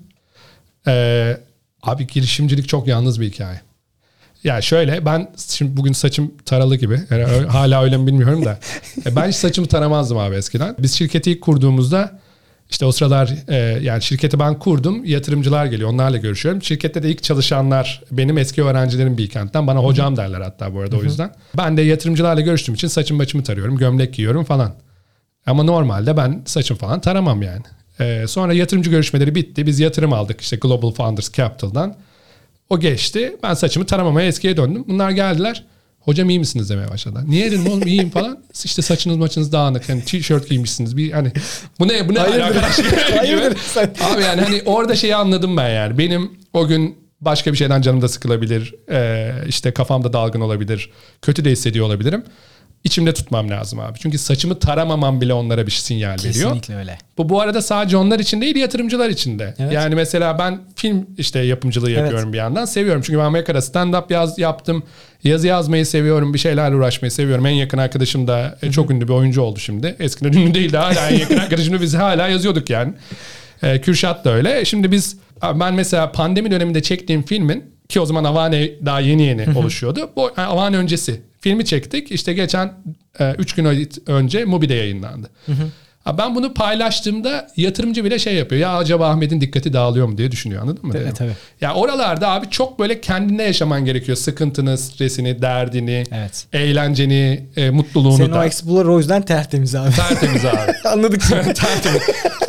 Ee, abi girişimcilik çok yalnız bir hikaye. Ya şöyle ben şimdi bugün saçım taralı gibi. Yani hala öyle mi bilmiyorum da. Ben hiç saçımı taramazdım abi eskiden. Biz şirketi ilk kurduğumuzda işte o sıralar e, yani şirketi ben kurdum. Yatırımcılar geliyor. Onlarla görüşüyorum. Şirkette de ilk çalışanlar benim eski öğrencilerim Beakant'tan. Bana hocam derler hatta bu arada o yüzden. Ben de yatırımcılarla görüştüğüm için saçım başımı tarıyorum. Gömlek giyiyorum falan. Ama normalde ben saçım falan taramam yani. Ee, sonra yatırımcı görüşmeleri bitti. Biz yatırım aldık işte Global Founders Capital'dan. O geçti. Ben saçımı taramamaya eskiye döndüm. Bunlar geldiler. Hocam iyi misiniz demeye başladılar. Niye dedim oğlum iyiyim falan. İşte saçınız maçınız dağınık. Yani tişört giymişsiniz. Bir hani bu ne bu ne arkadaş gibi. Abi yani hani orada şeyi anladım ben yani. Benim o gün başka bir şeyden canım da sıkılabilir. Ee, işte kafamda dalgın olabilir. Kötü de hissediyor olabilirim. İçimde tutmam lazım abi. Çünkü saçımı taramamam bile onlara bir sinyal veriyor. Kesinlikle öyle. Bu bu arada sadece onlar için değil, yatırımcılar için de. Evet. Yani mesela ben film işte yapımcılığı yapıyorum evet. bir yandan. Seviyorum çünkü ben Amerika'da stand-up yaz, yaptım. Yazı yazmayı seviyorum. Bir şeylerle uğraşmayı seviyorum. En yakın arkadaşım da Hı-hı. çok ünlü bir oyuncu oldu şimdi. Eskiden ünlü değildi hala en yakın arkadaşımla biz hala yazıyorduk yani. Ee, Kürşat da öyle. Şimdi biz ben mesela pandemi döneminde çektiğim filmin ki o zaman Avane daha yeni yeni oluşuyordu. Bu yani Avane öncesi. Filmi çektik. İşte geçen üç e, gün önce Mubi'de yayınlandı. Hı hı. Ben bunu paylaştığımda yatırımcı bile şey yapıyor. Ya acaba Ahmet'in dikkati dağılıyor mu diye düşünüyor. Anladın mı? Evet, tabii. Ya oralarda abi çok böyle kendine yaşaman gerekiyor. Sıkıntını, stresini, derdini, evet. eğlenceni, e, mutluluğunu Senin da. o Explorer o yüzden tertemiz abi. Tertemiz abi. Anladık seni. Tertemiz.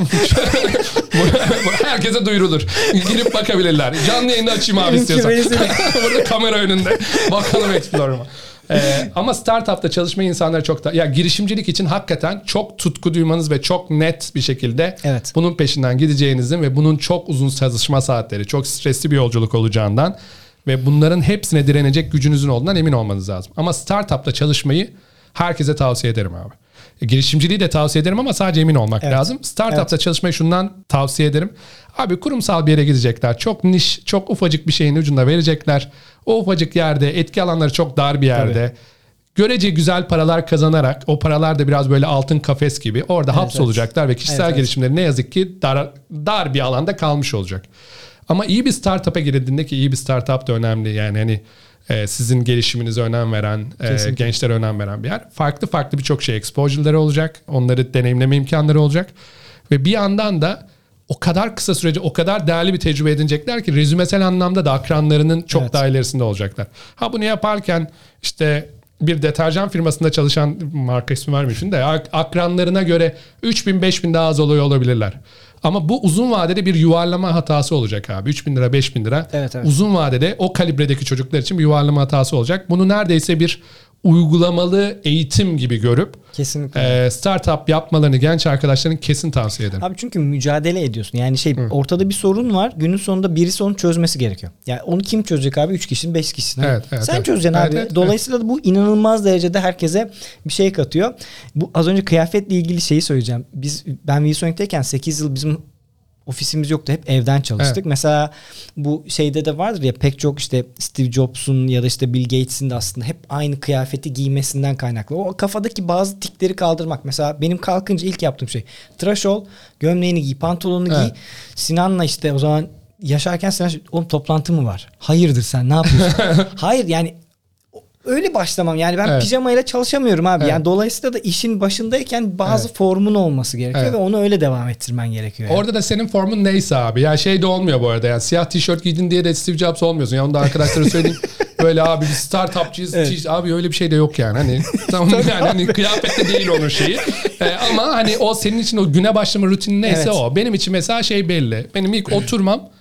Herkese duyurulur. Girip bakabilirler. Canlı yayında açayım abi istiyorsan. Burada kamera önünde. Bakalım Explorer'ıma. Ee, ama startupta çalışma insanları çok da ya girişimcilik için hakikaten çok tutku duymanız ve çok net bir şekilde evet. bunun peşinden gideceğinizin ve bunun çok uzun çalışma saatleri, çok stresli bir yolculuk olacağından ve bunların hepsine direnecek gücünüzün olduğundan emin olmanız lazım. Ama startupta çalışmayı herkese tavsiye ederim abi. E, girişimciliği de tavsiye ederim ama sadece emin olmak evet. lazım. Startupta evet. çalışmayı şundan tavsiye ederim. Abi kurumsal bir yere gidecekler. Çok niş, çok ufacık bir şeyin ucunda verecekler. O ufacık yerde, etki alanları çok dar bir yerde. Tabii. Görece güzel paralar kazanarak, o paralar da biraz böyle altın kafes gibi orada evet, hapsolacaklar evet. ve kişisel evet, gelişimleri ne yazık ki dar, dar bir alanda kalmış olacak. Ama iyi bir startup'a girildiğinde ki iyi bir startup da önemli. Yani hani e, sizin gelişiminize önem veren, e, gençlere önem veren bir yer. Farklı farklı birçok şey exposure'ları olacak. Onları deneyimleme imkanları olacak. Ve bir yandan da o kadar kısa sürece o kadar değerli bir tecrübe edinecekler ki rezümesel anlamda da akranlarının çok evet. daha ilerisinde olacaklar. Ha bunu yaparken işte bir deterjan firmasında çalışan marka ismi vermişim de akranlarına göre üç bin beş bin daha az oluyor olabilirler. Ama bu uzun vadede bir yuvarlama hatası olacak abi. üç bin lira beş bin lira evet, evet. uzun vadede o kalibredeki çocuklar için bir yuvarlama hatası olacak. Bunu neredeyse bir uygulamalı eğitim gibi görüp kesinlikle e, startup yapmalarını genç arkadaşların kesin tavsiye ederim. Abi çünkü mücadele ediyorsun. Yani şey Hı. ortada bir sorun var. Günün sonunda birisi onu çözmesi gerekiyor. Yani onu kim çözecek abi? üç kişinin beş kişinin. Evet, evet, Sen evet. çözeceksin evet, abi. Evet, Dolayısıyla evet. da bu inanılmaz derecede herkese bir şey katıyor. Bu az önce kıyafetle ilgili şeyi söyleyeceğim. Biz ben VSonic'teyken sekiz yıl bizim ofisimiz yoktu. Hep evden çalıştık. Evet. Mesela bu şeyde de vardır ya pek çok işte Steve Jobs'un ya da işte Bill Gates'in de aslında hep aynı kıyafeti giymesinden kaynaklı. O kafadaki bazı tikleri kaldırmak. Mesela benim kalkınca ilk yaptığım şey tıraş ol, gömleğini giy, pantolonunu evet. giy. Sinan'la işte o zaman yaşarken Sinan oğlum toplantı mı var? Hayırdır sen ne yapıyorsun? Hayır yani öyle başlamam. Yani ben evet. pijamayla çalışamıyorum abi. Evet. Yani dolayısıyla da işin başındayken bazı evet. formun olması gerekiyor evet. ve onu öyle devam ettirmen gerekiyor. Yani. Orada da senin formun neyse abi. Yani şey de olmuyor bu arada. Yani siyah tişört giydin diye de Steve Jobs olmuyorsun. Ya onu da arkadaşlara söyleyeyim. Böyle abi biz startupçıyız. Evet. Abi öyle bir şey de yok yani. Hani tamam yani hani kıyafette değil onun şeyi. Ee, ama hani o senin için o güne başlama rutini neyse evet. o. Benim için mesela şey belli. Benim ilk oturmam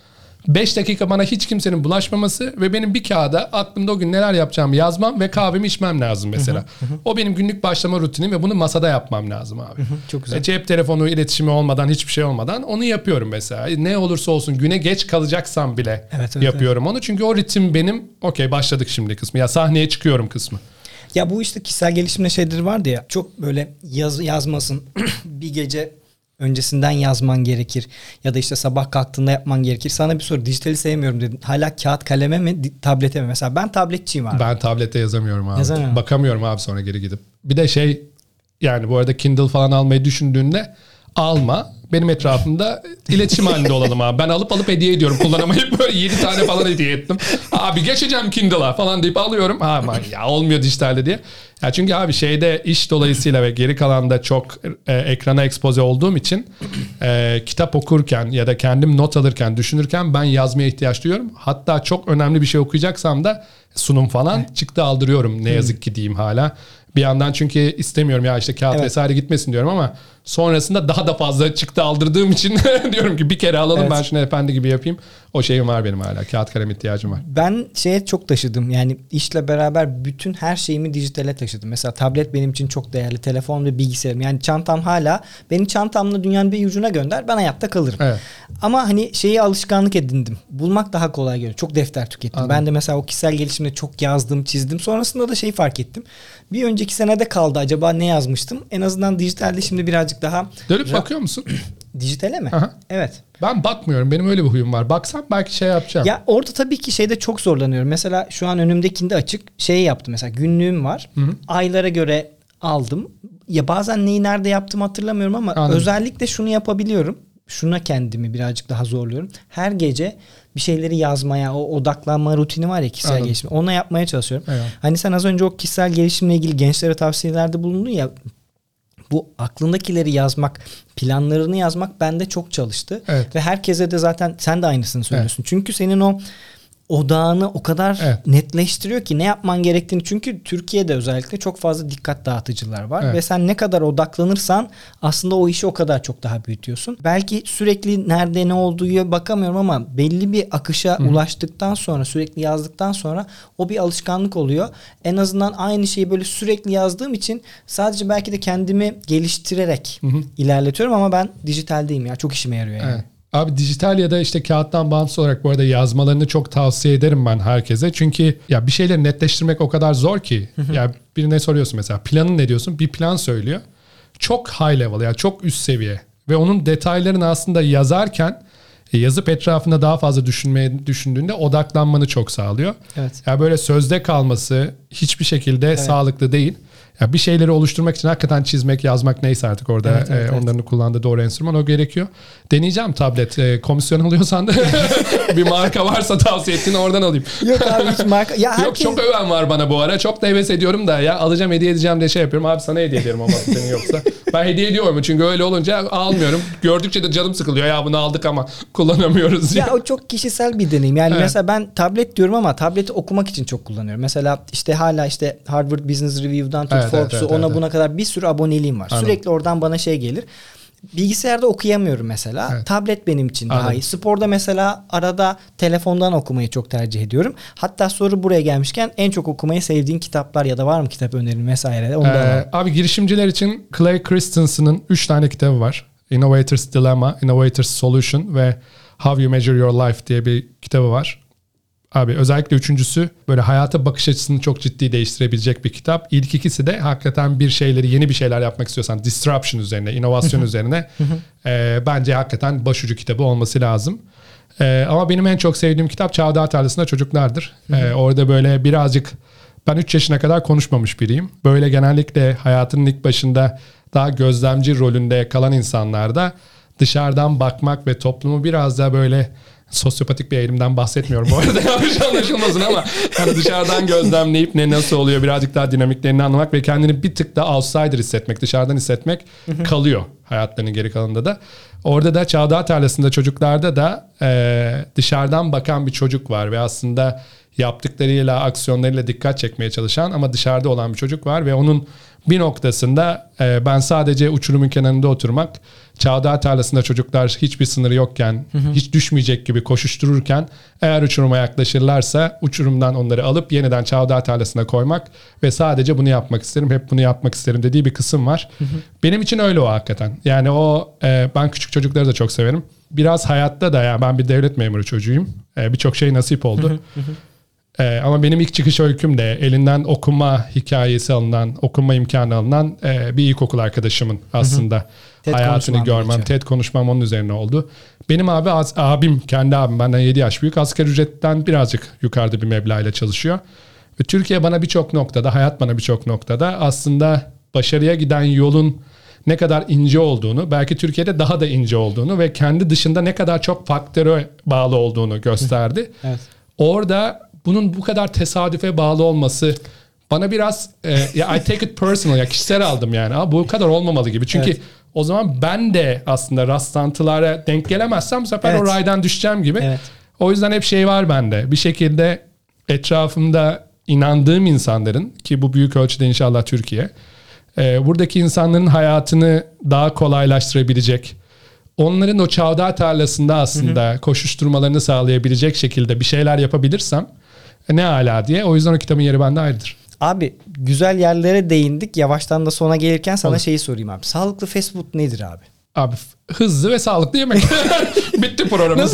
beş dakika bana hiç kimsenin bulaşmaması ve benim bir kağıda aklımda o gün neler yapacağımı yazmam ve kahvemi içmem lazım mesela. Hı hı hı. O benim günlük başlama rutinim ve bunu masada yapmam lazım abi. Hı hı, çok güzel. E, cep telefonu iletişimi olmadan, hiçbir şey olmadan onu yapıyorum mesela. Ne olursa olsun güne geç kalacaksam bile evet, evet, yapıyorum evet. onu. Çünkü o ritim benim okey başladık şimdi kısmı. Ya sahneye çıkıyorum kısmı. Ya bu işte kişisel gelişimde şeyleri vardı ya. Çok böyle yaz, yazmasın bir gece öncesinden yazman gerekir. Ya da işte sabah kalktığında yapman gerekir. Sana bir soru, dijitali sevmiyorum dedin. Hala kağıt kaleme mi, tablete mi? Mesela ben tabletçiyim abi. Ben tablette yazamıyorum abi. Yazamıyorum. Bakamıyorum abi sonra geri gidip. Bir de şey yani bu arada Kindle falan almayı düşündüğünde alma. Benim etrafımda iletişim halinde olalım abi. Ben alıp alıp hediye ediyorum. Kullanamayıp böyle yedi tane falan hediye ettim. Abi geçeceğim Kindle'a falan deyip alıyorum. Aman ya olmuyor dijitalde diye. Ya çünkü abi şeyde iş dolayısıyla ve geri kalanda çok e, ekrana ekspoze olduğum için e, kitap okurken ya da kendim not alırken, düşünürken ben yazmaya ihtiyaç duyuyorum. Hatta çok önemli bir şey okuyacaksam da sunum falan çıktı aldırıyorum ne yazık ki diyeyim hala. Bir yandan çünkü istemiyorum ya işte kağıt evet. vesaire gitmesin diyorum ama sonrasında daha da fazla çıktı aldırdığım için diyorum ki bir kere alalım evet. ben şunu efendi gibi yapayım. O şeyim var benim hala. Kağıt kalem ihtiyacım var. Ben şeye çok taşıdım. Yani işle beraber bütün her şeyimi dijitale taşıdım. Mesela tablet benim için çok değerli. Telefon ve bilgisayarım. Yani çantam hala beni çantamla dünyanın bir ucuna gönder. Ben hayatta kalırım. Evet. Ama hani şeyi alışkanlık edindim. Bulmak daha kolay geliyor. Çok defter tükettim. Anladım. Ben de mesela o kişisel gelişimde çok yazdım, çizdim. Sonrasında da şeyi fark ettim. Bir önceki senede kaldı. Acaba ne yazmıştım? En azından dijitalde şimdi birazcık daha... Dönüp bakıyor musun? Dijitale mi? Aha. Evet. Ben bakmıyorum. Benim öyle bir huyum var. Baksam belki şey yapacağım. Ya orada tabii ki şeyde çok zorlanıyorum. Mesela şu an önümdekinde açık şey yaptım. Mesela günlüğüm var. Hı-hı. Aylara göre aldım. Ya bazen neyi nerede yaptığımı hatırlamıyorum ama Anladım. Özellikle şunu yapabiliyorum. Şuna kendimi birazcık daha zorluyorum. Her gece bir şeyleri yazmaya, o odaklanma rutini var ya kişisel Anladım. Gelişim. Ona yapmaya çalışıyorum. Evet. Hani sen az önce o kişisel gelişimle ilgili gençlere tavsiyelerde bulundun ya. Bu aklındakileri yazmak, planlarını yazmak bende çok çalıştı. Evet. Ve herkese de zaten sen de aynısını söylüyorsun. Evet. Çünkü senin o odağını o kadar evet. netleştiriyor ki ne yapman gerektiğini. Çünkü Türkiye'de özellikle çok fazla dikkat dağıtıcılar var. Evet. Ve sen ne kadar odaklanırsan aslında o işi o kadar çok daha büyütüyorsun. Belki sürekli nerede ne olduğuya bakamıyorum ama belli bir akışa Hı. ulaştıktan sonra, sürekli yazdıktan sonra o bir alışkanlık oluyor. En azından aynı şeyi böyle sürekli yazdığım için sadece belki de kendimi geliştirerek Hı. ilerletiyorum ama ben dijitaldeyim ya. Çok işime yarıyor yani. Evet. Abi dijital ya da işte kağıttan bağımsız olarak bu arada yazmalarını çok tavsiye ederim ben herkese. Çünkü ya bir şeyleri netleştirmek o kadar zor ki. Ya birine soruyorsun mesela planın ne diyorsun? Bir plan söylüyor. Çok high level yani çok üst seviye. Ve onun detaylarını aslında yazarken yazıp etrafında daha fazla düşünmeye düşündüğünde odaklanmanı çok sağlıyor. Evet. Ya böyle sözde kalması hiçbir şekilde evet. sağlıklı değil. Ya bir şeyleri oluşturmak için hakikaten çizmek, yazmak neyse artık orada evet, evet, e, onların evet. kullandığı doğru enstrüman o gerekiyor. Deneyeceğim tablet. E, komisyon alıyorsan da bir marka varsa tavsiye ettiğin oradan alayım. Yok abi hiç marka. Ya herkes... Yok çok öven var bana bu ara. Çok da heves ediyorum da ya alacağım hediye edeceğim diye şey yapıyorum. Abi sana hediye ederim ama senin yoksa. Ben hediye ediyorum çünkü öyle olunca almıyorum. Gördükçe de canım sıkılıyor. Ya bunu aldık ama kullanamıyoruz. Ya, ya o çok kişisel bir deneyim. Yani evet. mesela ben tablet diyorum ama tableti okumak için çok kullanıyorum. Mesela işte hala işte Harvard Business Review'dan tut evet, Forbes'u evet, evet, ona evet. buna kadar bir sürü aboneliğim var. Anladım. Sürekli oradan bana şey gelir. Bilgisayarda okuyamıyorum mesela. Evet. Tablet benim için Anladım. Daha iyi. Sporda mesela arada telefondan okumayı çok tercih ediyorum. Hatta soru buraya gelmişken en çok okumayı sevdiğin kitaplar ya da var mı kitap önerin vesaire? Onu ee, abi girişimciler için Clay Christensen'ın üç tane kitabı var. Innovator's Dilemma, Innovator's Solution ve How You Measure Your Life diye bir kitabı var. Abi özellikle üçüncüsü böyle hayata bakış açısını çok ciddi değiştirebilecek bir kitap. İlk ikisi de hakikaten bir şeyleri yeni bir şeyler yapmak istiyorsan disruption üzerine, inovasyon üzerine e, bence hakikaten başucu kitabı olması lazım. E, ama benim en çok sevdiğim kitap Çavdar Tarlası'nda Çocuklardır. E, orada böyle birazcık ben üç yaşına kadar konuşmamış biriyim. Böyle genellikle hayatının ilk başında daha gözlemci rolünde kalan insanlarda dışarıdan bakmak ve toplumu biraz da böyle sosyopatik bir eğilimden bahsetmiyorum bu arada yanlış anlaşılmasın ama hani dışarıdan gözlemleyip ne nasıl oluyor birazcık daha dinamiklerini anlamak ve kendini bir tık da outsider hissetmek, dışarıdan hissetmek kalıyor hayatlarının geri kalanında da. Orada da Çavdar Tarlası'nda Çocuklarda da e, dışarıdan bakan bir çocuk var ve aslında yaptıklarıyla, aksiyonlarıyla dikkat çekmeye çalışan ama dışarıda olan bir çocuk var ve onun bir noktasında e, ben sadece uçurumun kenarında oturmak, çavdar tarlasında çocuklar hiçbir sınırı yokken, hı hı. hiç düşmeyecek gibi koşuştururken eğer uçuruma yaklaşırlarsa uçurumdan onları alıp yeniden çavdar tarlasına koymak ve sadece bunu yapmak isterim, hep bunu yapmak isterim dediği bir kısım var. Hı hı. Benim için öyle o hakikaten. Yani o e, ben küçük çocukları da çok severim. Biraz hayatta da yani ben bir devlet memuru çocuğuyum. E, Birçok şey nasip oldu. Hı hı hı. Ee, ama benim ilk çıkış öyküm de elinden okuma hikayesi alınan, okuma imkanı alınan e, bir ilkokul arkadaşımın aslında hı hı. hayatını görmem, TED konuşmam onun üzerine oldu. Benim abi az, abim, kendi abim benden yedi yaş büyük, asgari ücretten birazcık yukarıda bir meblağıyla çalışıyor. Ve Türkiye bana birçok noktada, hayat bana birçok noktada aslında başarıya giden yolun ne kadar ince olduğunu, belki Türkiye'de daha da ince olduğunu ve kendi dışında ne kadar çok faktöre bağlı olduğunu gösterdi. Evet. Orada bunun bu kadar tesadüfe bağlı olması bana biraz e, ya I take it personal, ya kişisel aldım yani. Aa, bu kadar olmamalı gibi. Çünkü evet. o zaman ben de aslında rastlantılara denk gelemezsem bu sefer evet. o raydan düşeceğim gibi. Evet. O yüzden hep şey var bende. Bir şekilde etrafımda inandığım insanların, ki bu büyük ölçüde inşallah Türkiye, e, buradaki insanların hayatını daha kolaylaştırabilecek, onların o çavdar tarlasında aslında hı hı. koşuşturmalarını sağlayabilecek şekilde bir şeyler yapabilirsem ne âlâ diye. O yüzden o kitabın yeri bende ayrıdır. Abi güzel yerlere değindik. Yavaştan da sona gelirken sana Olur. şeyi sorayım abi. Sağlıklı fast food nedir abi? Abi hızlı ve sağlıklı yemek. Bitti programımız.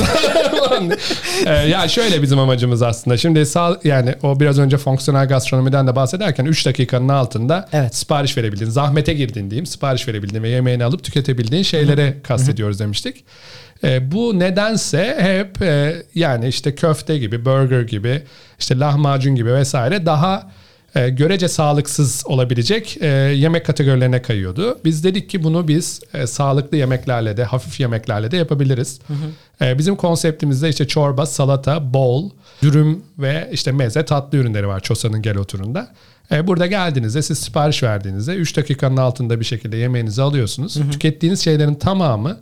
ee, ya şöyle bizim amacımız aslında. Şimdi sağ, yani o biraz önce fonksiyonel gastronomiden de bahsederken üç dakikanın altında evet. sipariş verebildiğin, zahmete girdiğin diyeyim, sipariş verebildiğin ve yemeğini alıp tüketebildiğin şeylere Hı-hı. kastediyoruz demiştik. E, bu nedense hep e, yani işte köfte gibi, burger gibi, işte lahmacun gibi vesaire daha e, görece sağlıksız olabilecek e, yemek kategorilerine kayıyordu. Biz dedik ki bunu biz e, sağlıklı yemeklerle de, hafif yemeklerle de yapabiliriz. Hı hı. E, bizim konseptimizde işte çorba, salata, bol, dürüm ve işte meze, tatlı ürünleri var Çosa'nın Gel Otur'unda. E, burada geldiğinizde, siz sipariş verdiğinizde üç dakikanın altında bir şekilde yemeğinizi alıyorsunuz. Hı hı. Tükettiğiniz şeylerin tamamı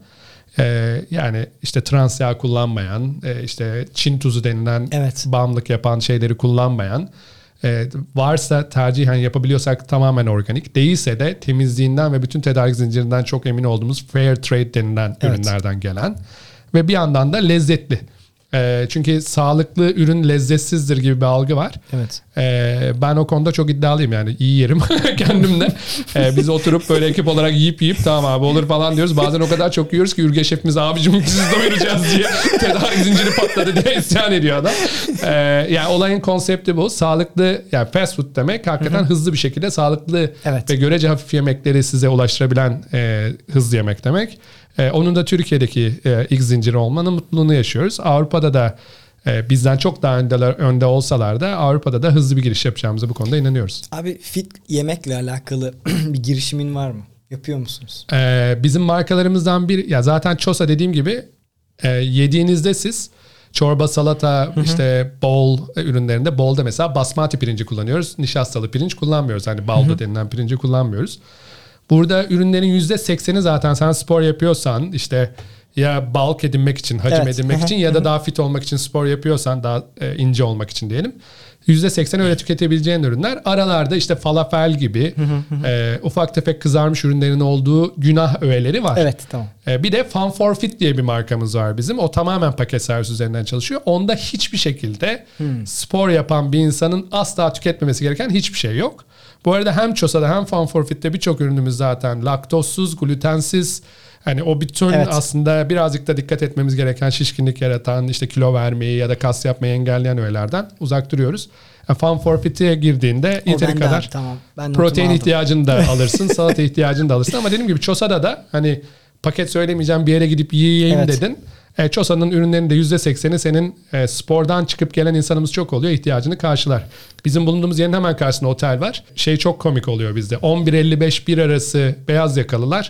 Ee, yani işte trans yağ kullanmayan, e, işte Çin tuzu denilen evet. bağımlılık yapan şeyleri kullanmayan, e, varsa tercihen yapabiliyorsak tamamen organik, değilse de temizliğinden ve bütün tedarik zincirinden çok emin olduğumuz fair trade denilen evet. ürünlerden gelen ve bir yandan da lezzetli. E, çünkü sağlıklı ürün lezzetsizdir gibi bir algı var. Evet. E, ben o konuda çok iddialıyım yani, iyi yerim kendimde. E, biz oturup böyle ekip olarak yiyip yiyip tamam abi olur falan diyoruz. Bazen o kadar çok yiyoruz ki Ürge şefimiz abicim siz doyuracağız diye tedarik zinciri patladı diye isyan ediyor adam. E, yani olayın konsepti bu. Sağlıklı, yani fast food demek hakikaten Hı-hı. hızlı bir şekilde sağlıklı evet. ve görece hafif yemekleri size ulaştırabilen e, hızlı yemek demek. Ee, onun da Türkiye'deki e, ilk zinciri olmanın mutluluğunu yaşıyoruz. Avrupa'da da e, bizden çok daha önde, önde olsalar da Avrupa'da da hızlı bir giriş yapacağımıza bu konuda inanıyoruz. Abi fit yemekle alakalı bir girişimin var mı? Yapıyor musunuz? Ee, bizim markalarımızdan bir, ya zaten Çosa dediğim gibi e, yediğinizde siz çorba, salata, hı hı. işte bol ürünlerinde, bolda mesela basmati pirinci kullanıyoruz. Nişastalı pirinç kullanmıyoruz. Hani baldo hı hı. denilen pirinci kullanmıyoruz. Burada ürünlerin yüzde sekseni zaten sen spor yapıyorsan, işte ya bulk edinmek için, hacim evet. edinmek için ya da daha fit olmak için spor yapıyorsan, daha e, ince olmak için diyelim. yüzde seksen öyle tüketebileceğin ürünler. Aralarda işte falafel gibi e, ufak tefek kızarmış ürünlerin olduğu günah öğeleri var. Evet, tamam. E, bir de Fun for Fit diye bir markamız var bizim. O tamamen paket servis üzerinden çalışıyor. Onda hiçbir şekilde hmm. spor yapan bir insanın asla tüketmemesi gereken hiçbir şey yok. Bu arada hem Çosa'da hem Fun for Fit'te birçok ürünümüz zaten laktozsuz, glutensiz. Hani o bütün evet. aslında birazcık da dikkat etmemiz gereken, şişkinlik yaratan, işte kilo vermeyi ya da kas yapmayı engelleyen öğelerden uzak duruyoruz. Yani Fun for Fit'e girdiğinde yeteri kadar abi, tamam. protein ihtiyacını da alırsın, salata ihtiyacını da alırsın. Ama dediğim gibi Çosa'da da hani paket söylemeyeceğim bir yere gidip yiyeyim evet. dedin. E, Çosa'nın ürünlerinin de yüzde sekseni senin e, spordan çıkıp gelen insanımız çok oluyor, ihtiyacını karşılar. Bizim bulunduğumuz yerin hemen karşısında otel var. Şey çok komik oluyor bizde. on bir elli beş bir arası beyaz yakalılar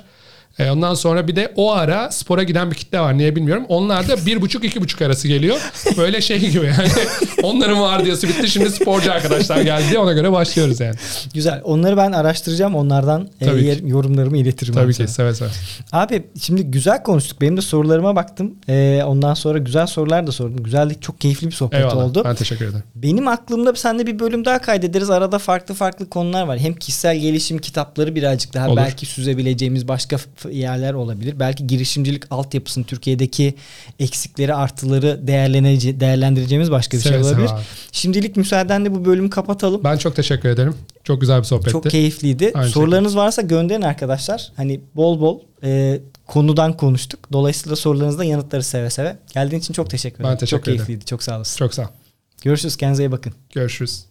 E, ondan sonra bir de o ara spora giden bir kitle var. Niye bilmiyorum. Onlar da bir buçuk iki buçuk arası geliyor. Böyle şey gibi yani. Onların vardiyası bitti. Şimdi sporcu arkadaşlar geldi diye ona göre başlıyoruz yani. Güzel. Onları ben araştıracağım. Onlardan e, yer, yorumlarımı iletirim. Tabii ki. Seve seve. Abi şimdi güzel konuştuk. Benim de sorularıma baktım. E, ondan sonra güzel sorular da sordum. Güzel, çok keyifli bir sohbet Eyvallah, oldu. Ben teşekkür ederim. Benim aklımda seninle bir bölüm daha kaydederiz. Arada farklı farklı konular var. Hem kişisel gelişim kitapları birazcık daha Olur. belki süzebileceğimiz başka yerler olabilir. Belki girişimcilik altyapısının Türkiye'deki eksikleri, artıları değerlendireceğimiz başka bir Seve şey olabilir. seve abi. Şimdilik müsaadenle bu bölümü kapatalım. Ben çok teşekkür ederim. Çok güzel bir sohbetti. Çok keyifliydi. Aynı Sorularınız şekilde varsa gönderin arkadaşlar. Hani bol bol e, konudan konuştuk. Dolayısıyla sorularınızda yanıtları seve seve. Geldiğin için çok teşekkür ederim. Ben teşekkür çok ederim. keyifliydi. Çok sağ olasın. Çok sağ ol. Görüşürüz. Kendinize iyi bakın. Görüşürüz.